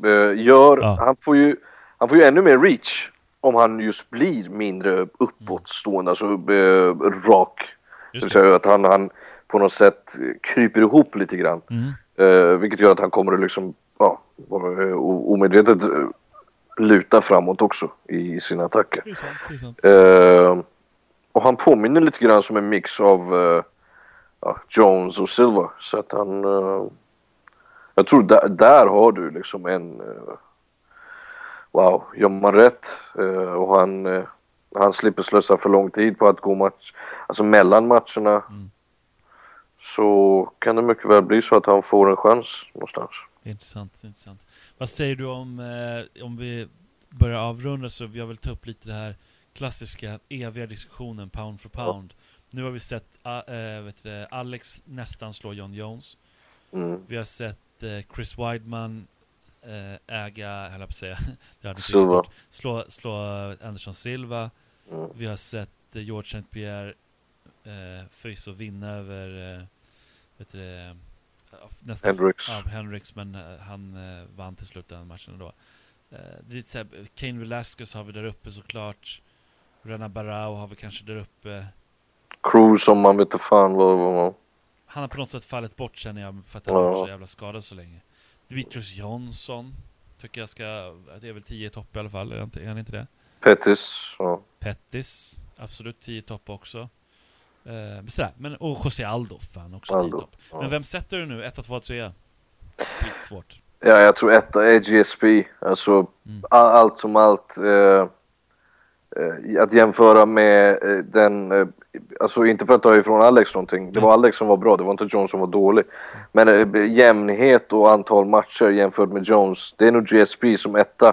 har han får ju ännu mer reach om han just blir mindre uppåtstående, alltså rak. Det vill säga att han på något sätt kryper ihop lite grann. Vilket gör att han kommer att liksom omedvetet luta framåt också i sina attacker. Det är sant. Och han påminner lite grann som en mix av Jones och Silva. Så att han... jag tror där har du liksom en... gör man rätt och han slipper slösa för lång tid på att gå match, alltså mellan matcherna, så kan det mycket väl bli så att han får en chans någonstans. Intressant. Vad säger du om vi börjar avrunda, så jag vill ta upp lite det här klassiska eviga diskussionen pound for pound. Nu har vi sett Alex nästan slå John Jones. Vi har sett Chris Weidman äga, höll jag på att säga, Silva. slå Anderson Silva. Vi har sett George St. Pierre förvisso vinna över nästan Hendricks, men han vann till slut den matchen då. Det är lite så här, Cain Velasquez har vi där uppe såklart. Renan Barao har vi kanske där uppe. Cruz som man vet inte fan vad. Han har på något sätt fallit bort, känner jag, för att han var så jävla skadad så länge. Demetrius Johnson tycker jag det är väl 10 topp i alla fall, är han inte det? Pettis, absolut 10 topp också. Och José Aldo fan också 10 topp. Men vem sätter du nu? 1, 2, 3? Lite svårt. Ja, jag tror 1 är GSP. Alltså allt som allt att jämföra med alltså inte för att ta ifrån Alex någonting. Det var Alex som var bra, det var inte Jones som var dålig. Men jämnhet och antal matcher jämfört med Jones, det är nog GSP som etta.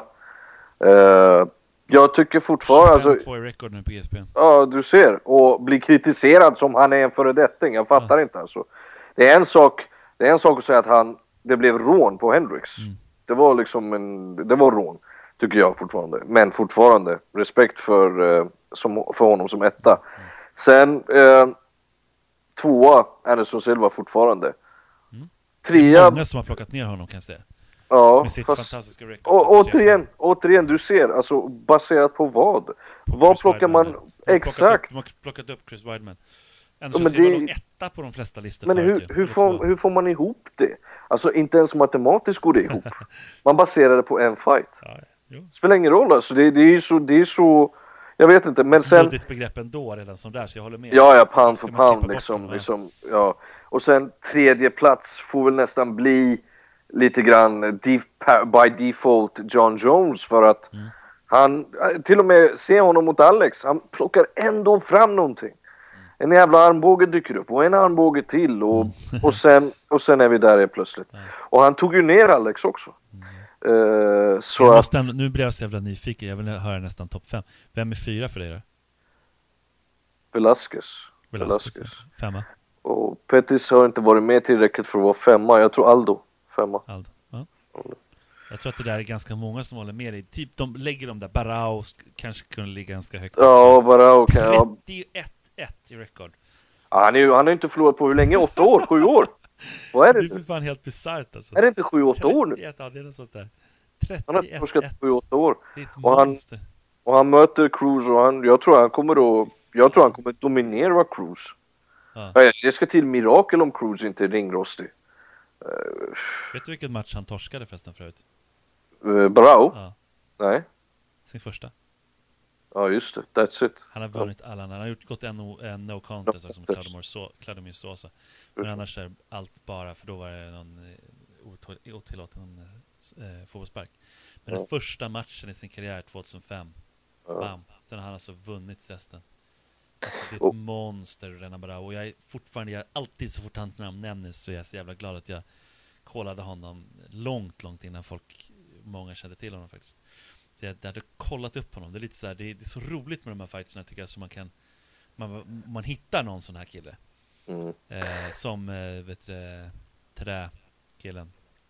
Jag tycker fortfarande... 25-2 i rekord nu på GSP. Ja, du ser. Och bli kritiserad som han är en föredetting. Jag fattar inte alltså. Det är en sak att säga att det blev rån på Hendrix. Det var liksom det var rån, tycker jag fortfarande. Men fortfarande, respekt för honom som etta. Sen, tvåa, Anderson Silva fortfarande. Trea... Det är många som har plockat ner honom, kan jag säga. Ja, med sitt fantastiska rekord. Återigen, du ser, alltså baserat på vad? Vad plockar man? Exakt. De har plockat upp Chris Weidman. Anderson Silva låg etta på de flesta listor. Men hur får man ihop det? Alltså inte ens matematiskt går det ihop. Man baserar det på en fight. Spelar ingen roll alltså. Det är så jag vet inte, men sen... Det är ett begrepp ändå redan som där, så jag håller med. Ja, pound för pound liksom, ja. Och sen tredje plats får väl nästan bli lite grann by default John Jones, för att han, till och med se honom mot Alex, han plockar ändå fram någonting. En jävla armbåge dyker upp och en armbåge till och sen är vi där plötsligt. Och han tog ju ner Alex också. Så nu blir jag så jävla nyfiken. Jag vill höra nästan topp 5. Vem är 4 för dig då? Velasquez. 5. Och Pettis har inte varit med tillräckligt för att vara 5. Jag tror Aldo 5. Ja. Jag tror att det där är ganska många som håller med dig. Typ de lägger dem där. Barao kanske kunde ligga ganska högt. Ja, Barao kan jag... 31-1 i rekord. Ja, han har inte förlorat på hur länge? 8 år? 7 år? Vad är det? Det är för fan helt bisarrt alltså. Är det inte 7-8 år nu? 31, ja, det är något sånt där. Han har torskat 7-8 år. Det är ett monster. Och han möter Cruz och jag tror han kommer dominera Cruz. Det ska till mirakel om Cruz inte är ringrostig. Vet du vilken match han torskade förresten förut? Brau? Ja. Nej. Sin första. Ja, just det. That's it. Han har vunnit alla. Han har gått en no contest också mot Claudio Sosa. Men annars är allt bara, för då var det någon otillåten fotbollspark. Men den första matchen i sin karriär 2005. Bam. Sen har han alltså vunnit resten. Alltså det är ett monster, Renan Barao. Och jag är fortfarande, alltid så fort hans namn nämns så är jag så jävla glad att jag kollade honom långt innan många kände till honom faktiskt. Så jag hade kollat upp honom. Det är lite så här, det är så roligt med de här fighterna tycker jag, så man hittar någon sån här kille. Som träkillen.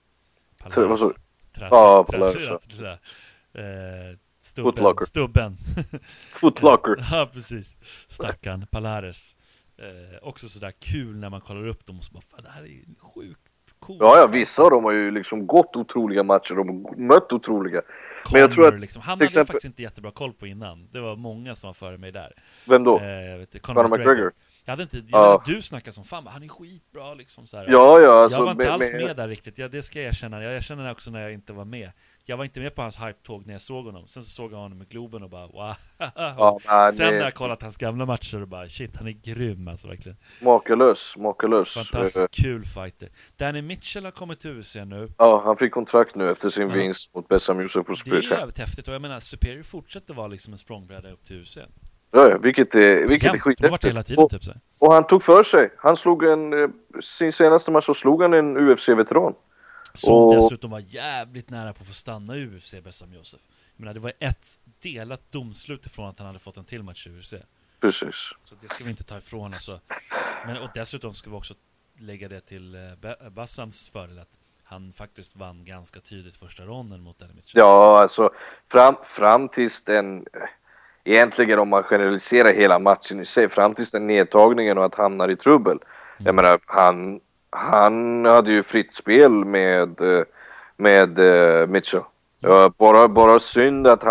Stubben. Footlocker. Ja, precis. Stackarn Palares. Också sådär kul när man kollar upp dem och så bara, fan, det här är sjukt coolt. Ja, vissa av dem har ju liksom gått otroliga matcher. De har mött otroliga. Connor, men jag tror att liksom, han hade jag faktiskt inte jättebra koll på innan. Det var många som var före mig där. Vem då? Conor McGregor. Jag hade du snackade som fan, han är skitbra liksom så här. Ja, alltså, jag var inte alls med där riktigt. Det ska jag erkänna. Jag erkänner också när jag inte var med. Jag var inte med på hans hype-tåg när jag såg honom. Sen så såg jag honom med Globen och bara wow. Sen när jag kollat hans gamla matcher och bara shit, han är grym alltså verkligen. Makalös. Fantastiskt kul fighter. Danny Mitchell har kommit till UFC nu. Ja, han fick kontrakt nu efter sin vinst mot Bessam Youssef på Superior. Det är jävligt häftigt och jag menar, Superior fortsätter vara liksom en språngbräda upp till UFC. Ja, vilket är skithäftigt. Och han tog för sig. Han slog sin senaste match så slog han en UFC-veteran. Som dessutom var jävligt nära på att få stanna i UFC, Bessam Youssef. Jag menar, det var ett delat domslut ifrån att han hade fått en till match i UFC. Precis. Så det ska vi inte ta ifrån alltså. Och dessutom ska vi också lägga det till Bassams fördel att han faktiskt vann ganska tydligt första ronden mot Danny Mitchell. Ja, alltså fram tills den... Egentligen om man generaliserar hela matchen i sig, fram tills den nedtagningen och att han hamnar i trubbel. Jag menar, han hade ju fritt spel med Mitchell. Bara synd att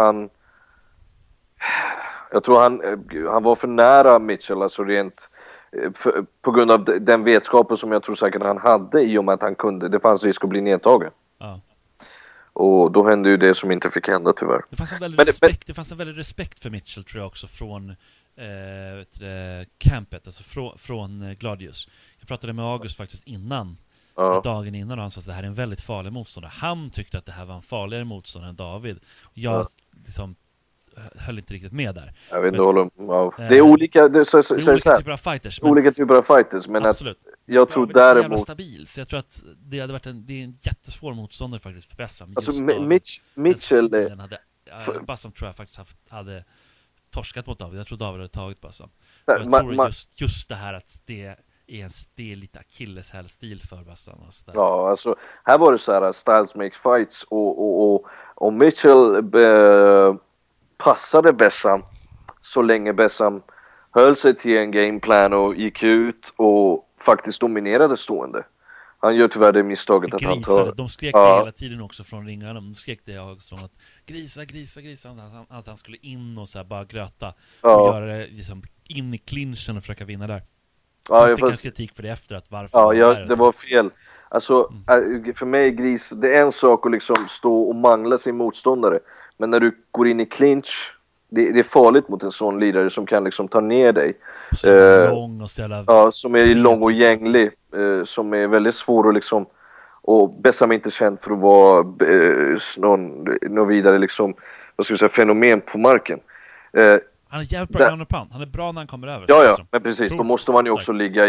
jag tror han var för nära Mitchell, alltså rent på grund av den vetskapen som jag tror säkert han hade, i och med att det fanns risk att bli nedtagen. Ja. Och då hände ju det som inte fick hända tyvärr. Det fanns en väldigt respekt för Mitchell tror jag också från campet, alltså från Gladius. Jag pratade med August faktiskt dagen innan, och han sa att det här är en väldigt farlig motståndare. Han tyckte att det här var en farligare motståndare än David. Jag liksom höll inte riktigt med där. Jag vet inte, det är olika, det är olika typer av fighters. Olika typer av fighters, men absolut. Jag tror däremot... Det är stabil, så jag tror att det hade varit det är en jättesvår motståndare faktiskt för Bessam. Alltså Mitchell... Bessam tror jag faktiskt hade torskat mot David. Jag tror David hade tagit Bessam. Jag tror just det här att det är lite akilleshäl-stil för Bessam. Ja, alltså här var det så här, styles makes fights, och Mitchell passade Bessam så länge Bessam höll sig till en gameplan och gick ut och faktiskt dominerade stående. Han gör tyvärr det misstaget att han tar... De skrek hela tiden också från ringarna. De skrek det också att grisa. Att han skulle in och så här bara gröta. Och göra det liksom in i clinchen och försöka vinna där. Sen fick han kritik för det efter att varför... det var fel. Alltså, för mig gris, det är en sak att liksom stå och mangla sin motståndare. Men när du går in i clinch, det är farligt mot en sån lidare som kan liksom ta ner dig. Lång och ställa... Ja, som är lång och gänglig. Som är väldigt svår att liksom... Och Bessam är inte känd för att vara någon vidare liksom, vad ska vi säga, fenomen på marken. Han är jävligt bra under pound. Han är bra när han kommer över. Ja, men precis. Då måste man ju också ligga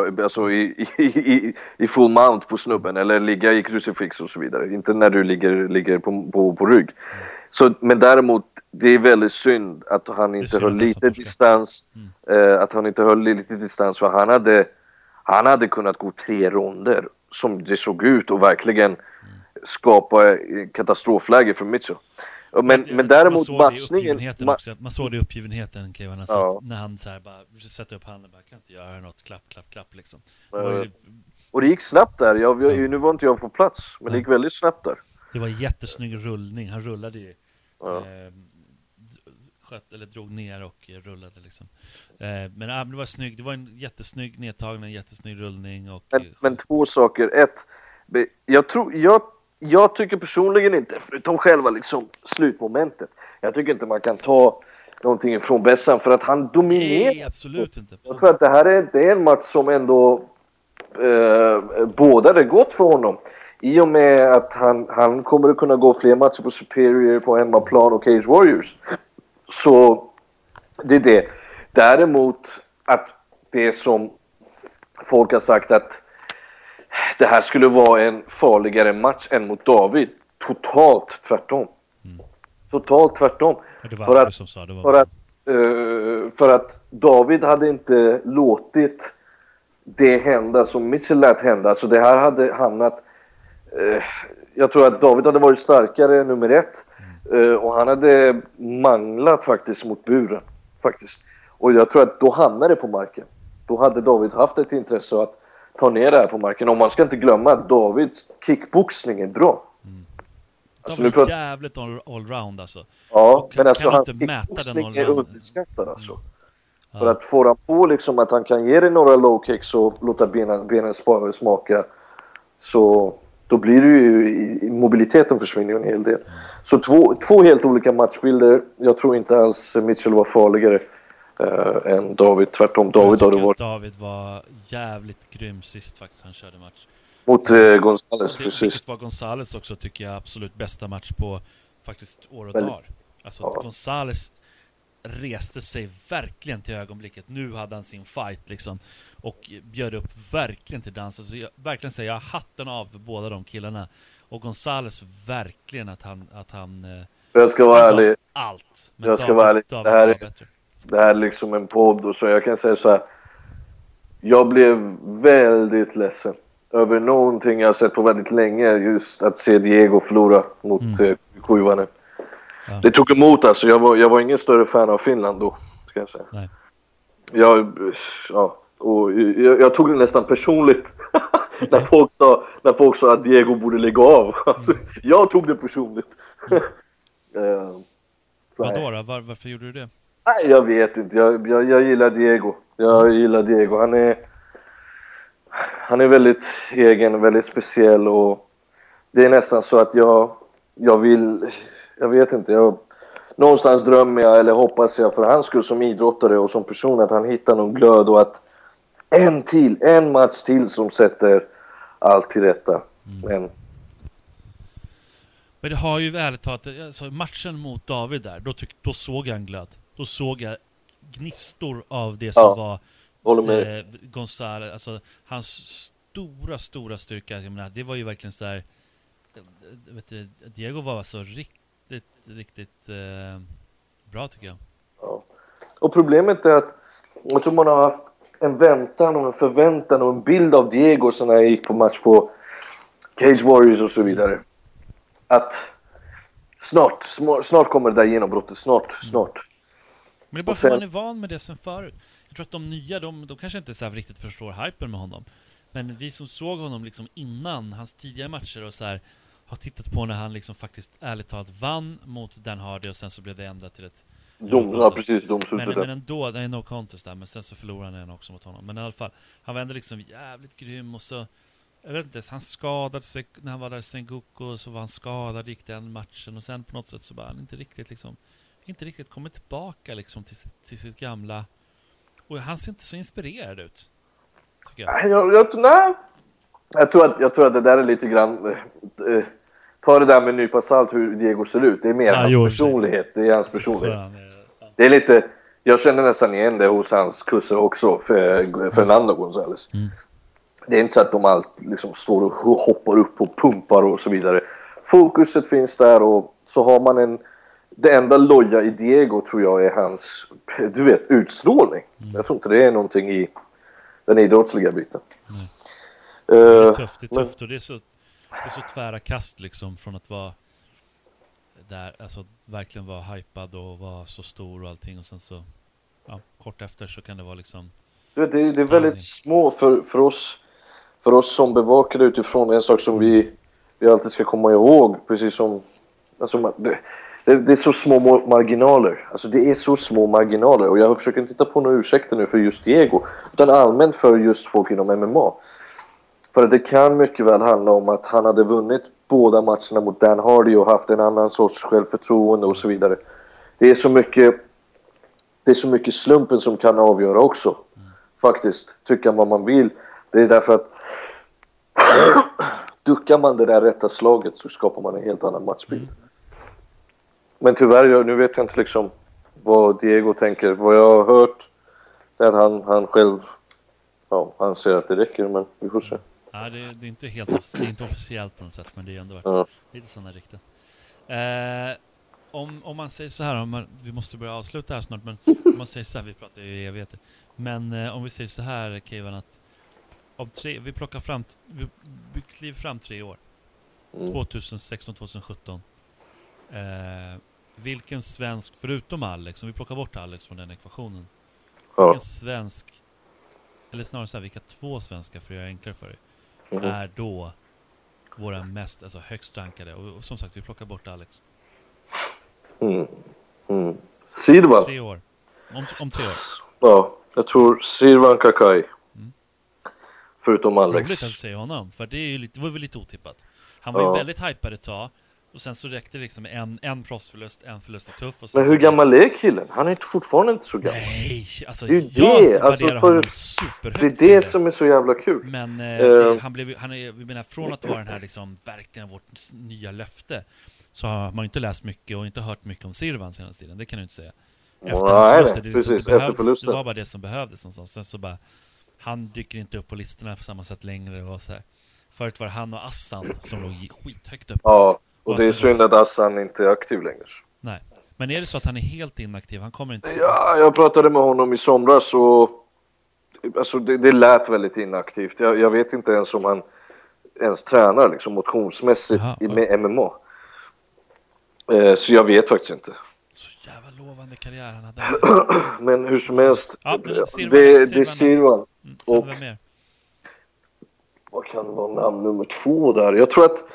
i full mount på snubben. Eller ligga i crucifix och så vidare. Inte när du ligger på rygg. Så, men däremot, det är väldigt synd att han inte höll lite distans. Att han inte höll lite distans. För han hade kunnat gå 3 ronder som det såg ut och verkligen skapa katastrofläge för Mitchell. Men däremot matchningen... Man såg det i uppgivenheten, Kevin. När han så här bara sätter upp handen, bara kan inte göra något, klapp liksom. Och det gick snabbt där. Nu var inte jag på plats, men det gick väldigt snabbt där. Det var jättesnygg rullning. Han rullade ju eller drog ner och rullade liksom. Men det var snygg. Det var en jättesnygg nedtagning, en jättesnygg rullning och men 2 saker. 1, jag tycker personligen inte, förutom själva liksom slutmomentet, jag tycker inte man kan ta någonting ifrån Bessam för att han dominerar. Nej, absolut inte. Jag tror att det här är en match som ändå båda det gott för honom. I och med att han kommer att kunna gå fler matcher på Superior, på hemmaplan och Cage Warriors. Så det är det. Däremot att det som folk har sagt att det här skulle vara en farligare match än mot David. Totalt tvärtom. Totalt tvärtom. För att David hade inte låtit det hända som Mitchell lät hända. Så det här hade hamnat... jag tror att David hade varit starkare nummer 1. Och han hade manglat faktiskt mot buren. Faktiskt. Och jag tror att då hamnade det på marken. Då hade David haft ett intresse att ta ner det här på marken. Och man ska inte glömma att Davids kickboxning är bra. Alltså, de är jävligt allround alltså. Ja, men alltså hans kickboxning är underskattad alltså. Ja. För att få han på liksom att han kan ge dig några low kicks och låta benen smaka, så då blir det ju mobiliteten försvinner en hel del. Så två helt olika matchbilder. Jag tror inte alls Mitchell var farligare än David. Tvärtom, David var jävligt grym sist faktiskt. Han körde match mot Gonzales, precis. Det var Gonzales också, tycker jag, absolut bästa match på faktiskt år och dagar. Alltså Gonzales reste sig verkligen till ögonblicket. Nu hade han sin fight liksom och bjöd upp verkligen till dans. Alltså verkligen säger jag hatten av för båda de killarna. Och Gonzales verkligen att han jag ska vara ärlig. Allt. Men jag ska vara ärlig. Det här är liksom en podd, och så jag kan säga så här. Jag blev väldigt ledsen över någonting jag har sett på väldigt länge, just att se Diego förlora mot Kuivanen. Ja. Det tog emot alltså. Jag var ingen större fan av Finland då, ska jag säga. Nej. Jag tog det nästan personligt när folk sa att Diego borde lägga av. Alltså, jag tog det personligt. Vadå? Varför gjorde du det? Nej, jag vet inte. Jag gillar Diego. Han är väldigt egen, väldigt speciell, och det är nästan så att jag vet inte, någonstans drömmer jag eller hoppas jag för hans skull som idrottare och som person att han hittar någon glöd, och att en match till som sätter allt till rätta. Men Men det har ju ärligt talat, alltså matchen mot David där, då såg jag en glöd. Då såg jag gnistor av det som var González, alltså hans stora styrka. Jag menar, det var ju verkligen så här, vet du, Diego var så riktigt bra tycker jag. Ja. Och problemet är att jag tror man har haft en väntan och en förväntan och en bild av Diego så när jag gick på match på Cage Warriors och så vidare. Att snart kommer det där genombrottet, snart. Men det är bara för man är van med det sen förut. Jag tror att de nya, de kanske inte så här riktigt förstår hypen med honom. Men vi som såg honom liksom innan hans tidigare matcher och så här har tittat på när han liksom faktiskt ärligt talat vann mot Dan Hardy och sen så blev det ändrat till ett men ändå, det är no contest där, men sen så förlorade han också mot honom. Men i alla fall, han var ändå liksom jävligt grym och så, jag vet inte, han skadade sig när han var där i Sengoku, så var han skadad, gick den matchen och sen på något sätt så bara han inte riktigt kommit tillbaka liksom till sitt gamla, och han ser inte så inspirerad ut tycker jag. Jag tror att det där är lite grann ta det där med en nypa salt hur Diego ser ut. Det är mer hans personlighet. Det är hans personlighet. Det är lite, jag känner nästan igen det hos hans kurser också, Fernando González. Det är inte så att de alltid liksom står och hoppar upp och pumpar och så vidare. Fokuset finns där och så har man det enda loja i Diego tror jag är hans, du vet, utstrålning. Jag tror inte det är någonting i den idrottsliga biten. Det är tufft och det är så tvära kast liksom från att vara där, alltså verkligen vara hypad och vara så stor och allting och sen så kort efter så kan det vara liksom det är väldigt små för oss som bevakar utifrån en sak som vi alltid ska komma ihåg, precis som alltså, det är så små marginaler. Alltså det är så små marginaler och jag försöker inte titta på några ursäkter nu för just Diego utan allmänt för just folk inom MMA. För det kan mycket väl handla om att han hade vunnit båda matcherna mot Dan Hardy och haft en annan sorts självförtroende och så vidare. Det är så mycket slumpen som kan avgöra också. Faktiskt, tycka vad man vill. Det är därför att duckar man det där rätta slaget så skapar man en helt annan matchbild. Men tyvärr, nu vet jag inte liksom vad Diego tänker. Vad jag har hört är att han själv han säger att det räcker, men vi får se. Ja, det är inte helt det är inte officiellt på något sätt, men det är ändå varit lite sådana riktigt. Om man säger så här, vi måste börja avsluta här snart, men om man säger så här, vi pratar ju i evigheter. Men om vi säger så här, Kevin, att vi kliver fram 3 år. 2016-2017. Vilken svensk, förutom Alex, om vi plockar bort Alex från den ekvationen. Vilken svensk, eller snarare så här, vilka 2 svenska, för att göra enklare för dig, är då våra mest, alltså högst rankade, och som sagt vi plockar bort Alex. Silva. 3 år. Om 3 år. Ja, jag tror Silvan Kakai. Förutom Alex. Roligt att du säger honom, för det var väl lite otippat. Han var ju väldigt hypad ett tag. Och sen så räckte det liksom med en proffsförlust, en förlust är tuff. Och sen men hur gammal är killen? Han är fortfarande inte så gammal. Nej, alltså det är jag värderar honom superhögt. Det är det som är så jävla kul. Men vi menar, från att vara den här liksom, verkligen vårt nya löfte, så har man inte läst mycket och inte hört mycket om Silvan senaste tiden. Det kan du inte säga. Efter det var bara det som behövdes någonstans. Sen så bara, han dyker inte upp på listorna på samma sätt längre. Och så här. Förut var det han och Assan som låg skithögt upp. Ja. Och det är synd att Assan inte är aktiv längre. Nej. Men är det så att han är helt inaktiv? Han kommer inte... Ja, jag pratade med honom i somras och alltså det lät väldigt inaktivt. Jag vet inte ens om han ens tränar liksom motionsmässigt med MMA. Så jag vet faktiskt inte. Så jävla lovande karriär han hade. Men hur som helst. Ja, det är Silvan. Och vem mer? Vad kan vara namn nummer 2 där? Jag tror att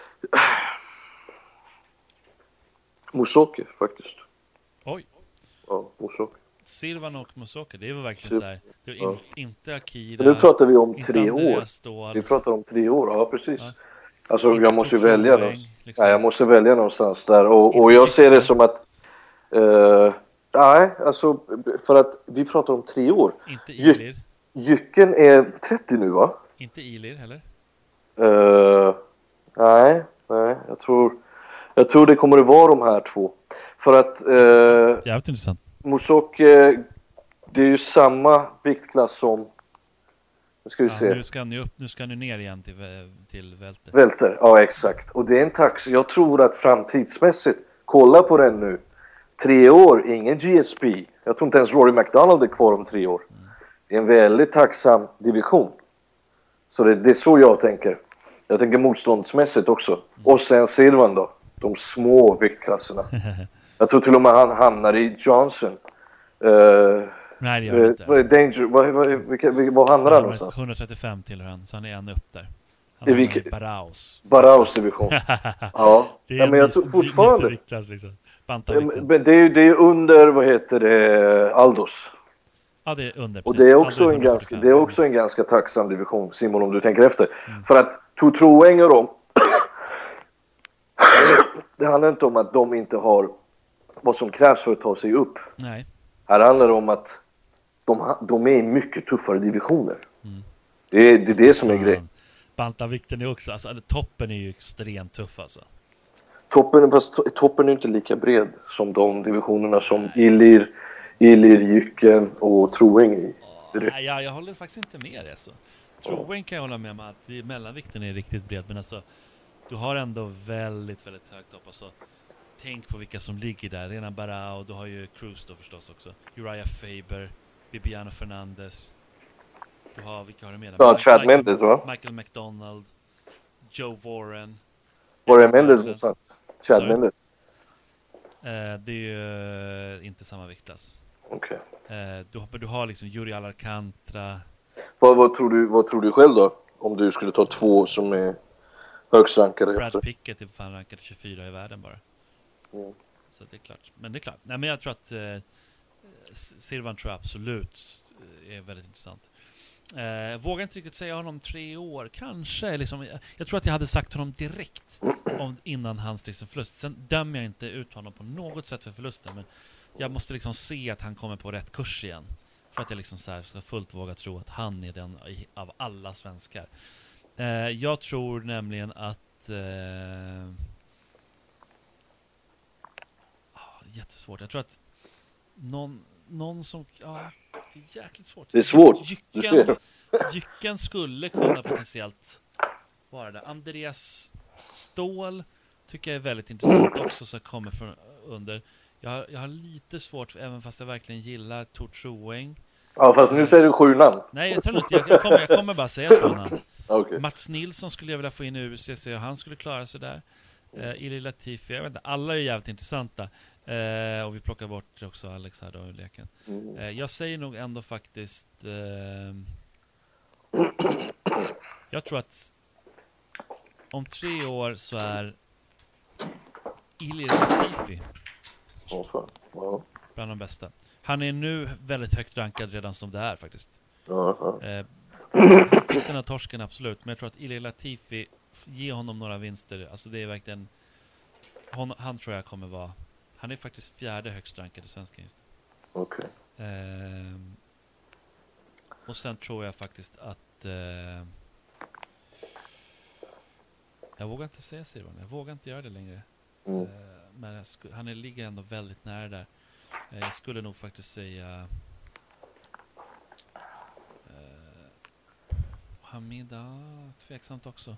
Musoke faktiskt. Oj. Ja, Musoke. Silvan och Musoke, det var verkligen så här. Det var inte Akira. Men nu pratar vi om 3 år. Stål. Vi pratar om 3 år, ja precis. Ja. Alltså inte jag måste ju välja någonstans. Liksom. Nej, jag måste välja någonstans där. Och jag ser det som att nej, alltså för att vi pratar om 3 år. Inte Ilir. Jycken är 30 nu, va? Inte Ilir heller. Nej, jag tror Jag tror det kommer att vara de här två. För att jävligt intressant. Mosok, det är ju samma viktklass som, nu ska vi se. Nu ska ni ner igen till välter. Välter, ja exakt. Och det är en tax. Jag tror att framtidsmässigt, kolla på den nu. 3 år, ingen GSP. Jag tror inte ens Rory McDonald är kvar om 3 år. Det är en väldigt tacksam division. Så det är så jag tänker. Jag tänker motståndsmässigt också. Och sen Silvan då. De små viktklasserna. Jag tror till och med han hamnar i Johnson. Nej, det gör inte. Vad hamnar han någonstans? 135 till han, så han är en upp där. Han är Baraus division. Ja. Det är men jag tror fortfarande. Liksom. Men det är under, vad heter det, Aldos. Ja, det är under. Och det är också en ganska tacksam division, Simon, om du tänker efter. För att Troeng och dem, det handlar inte om att de inte har vad som krävs för att ta sig upp. Nej. Här handlar det om att de är i mycket tuffare divisioner. Det är det som är grejen. Bantamvikten är också, alltså toppen är ju extremt tuff alltså. Toppen är inte lika bred som de divisionerna som Illir, Jycken och Troeng i. Nej, jag håller faktiskt inte med det så. Troeng kan jag hålla med om att mellanvikten är riktigt bred, men alltså du har ändå väldigt, väldigt högt upp. Alltså, tänk på vilka som ligger där. Renan Barao, du har ju Cruz då förstås också. Uriah Faber, Bibiano Fernandes. Du har, vilka har du med? Ja, Chad Mendes, va? Michael McDonald, Joe Warren. Var är Mendes någonstans? Chad Mendes? Det är ju inte samma viktklass. Okej. Du har liksom Yuri Alcantara. Vad tror du själv då? Om du skulle ta 2 som är högst rankade Brad efter? Pickett är fan rankad 24 i världen bara. Så det är klart. Men det är klart. Nej, men jag tror att Silvan tror jag absolut är väldigt intressant. Vågar inte riktigt säga honom 3 år. Kanske liksom, jag tror att jag hade sagt honom direkt innan hans liksom förlust. Sen dömer jag inte ut honom på något sätt för förlusten, men jag måste liksom se att han kommer på rätt kurs igen. För att jag liksom så här ska fullt våga tro att han är den av alla svenskar. Jag tror nämligen att jättesvårt. Jag tror att någon som det är jäkligt svårt. Det är svårt. Jycken skulle kunna potentiellt vara det. Andreas Ståhl tycker jag är väldigt intressant också, som kommer från under. Jag har lite svårt, även fast jag verkligen gillar Tor Troeng. Ja, fast nu säger du 7 namn. Nej, jag tror inte. Jag kommer bara säga 2 namn. Okay. Mats Nilsson skulle jag vilja få in i UCC och han skulle klara sig där. Ili Latifi, jag vet inte, alla är jävligt intressanta. Och vi plockar bort också Alex här då i leken. Jag säger nog ändå faktiskt jag tror att om 3 år så är Ili Latifi bland de bästa. Han är nu väldigt högt rankad redan som det är faktiskt. Den här torsken absolut, men jag tror att Ili Latifi, ge honom några vinster. Alltså det är verkligen han tror jag kommer vara. Han är faktiskt 4:e högst rankade svenska just. Okej. Och sen tror jag faktiskt att jag vågar inte säga Silvan. Jag vågar inte göra det längre. Men han ligger ändå väldigt nära där. Jag skulle nog faktiskt säga Hamida, tveksamt också.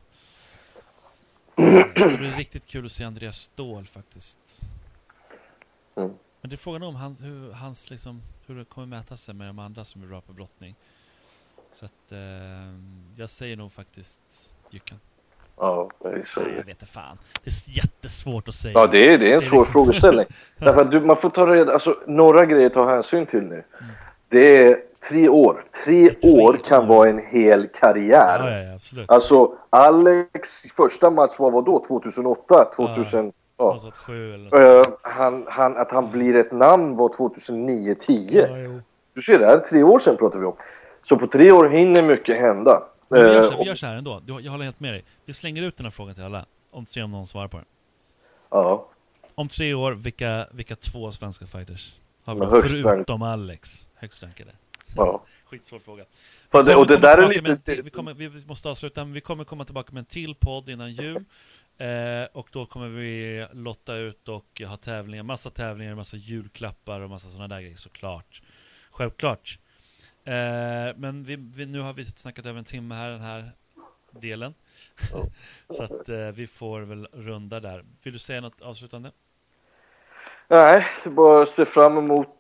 Det blir riktigt kul att se Andreas Ståhl faktiskt. Men det är frågan om hur det kommer mäta sig med de andra som är bra på brottning. Så att jag säger nog faktiskt Jycken. Ja, jag vet inte fan. Det är jättesvårt att säga. Ja, det är en svår frågeställning. Därför att man får ta reda, alltså några grejer att ta hänsyn till nu. Det är 3 år. 3 år kan vara en hel karriär. Ja, absolut. Alltså Alex första match var då 2008, 2000 2007 eller att han blir ett namn var 2009-10. Du ser det här, 3 år sedan pratar vi om. Så på 3 år hinner mycket hända. Vi gör så här ändå. Jag håller helt med dig. Vi slänger ut den här frågan till alla. Se om någon svarar på den. Ja. Om 3 år, vilka 2 svenska fighters har vi förutom Alex högst rankade? Ja. Skitsvår fråga. Och det där är lite... Vi måste avsluta, men vi kommer komma tillbaka med en till podd innan jul. Och då kommer vi lotta ut och ha tävlingar, massa julklappar och massa sådana där grejer, såklart. Självklart. Men nu har vi snackat över en timme här, den här delen. Så att vi får väl runda där. Vill du säga något avslutande? Nej, bara se fram emot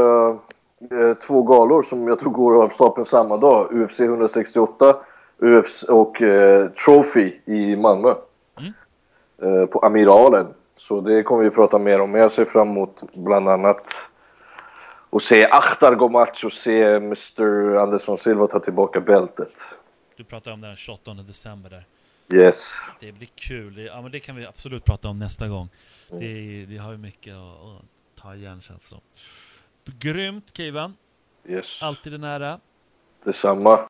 2 galor som jag tror går av stapeln samma dag. UFC 168 UFC och Trophy i Malmö. På Amiralen. Så det kommer vi prata mer om. Jag ser fram emot bland annat och se Akhtar gå match och se Mr. Anderson Silva ta tillbaka bältet. Du pratar om den 28 december där. Yes. Det blir kul. Ja, men det kan vi absolut prata om nästa gång. Vi har ju mycket att ta igen, känns det som. Grymt, Kivan. Yes. Alltid en ära. Detsamma.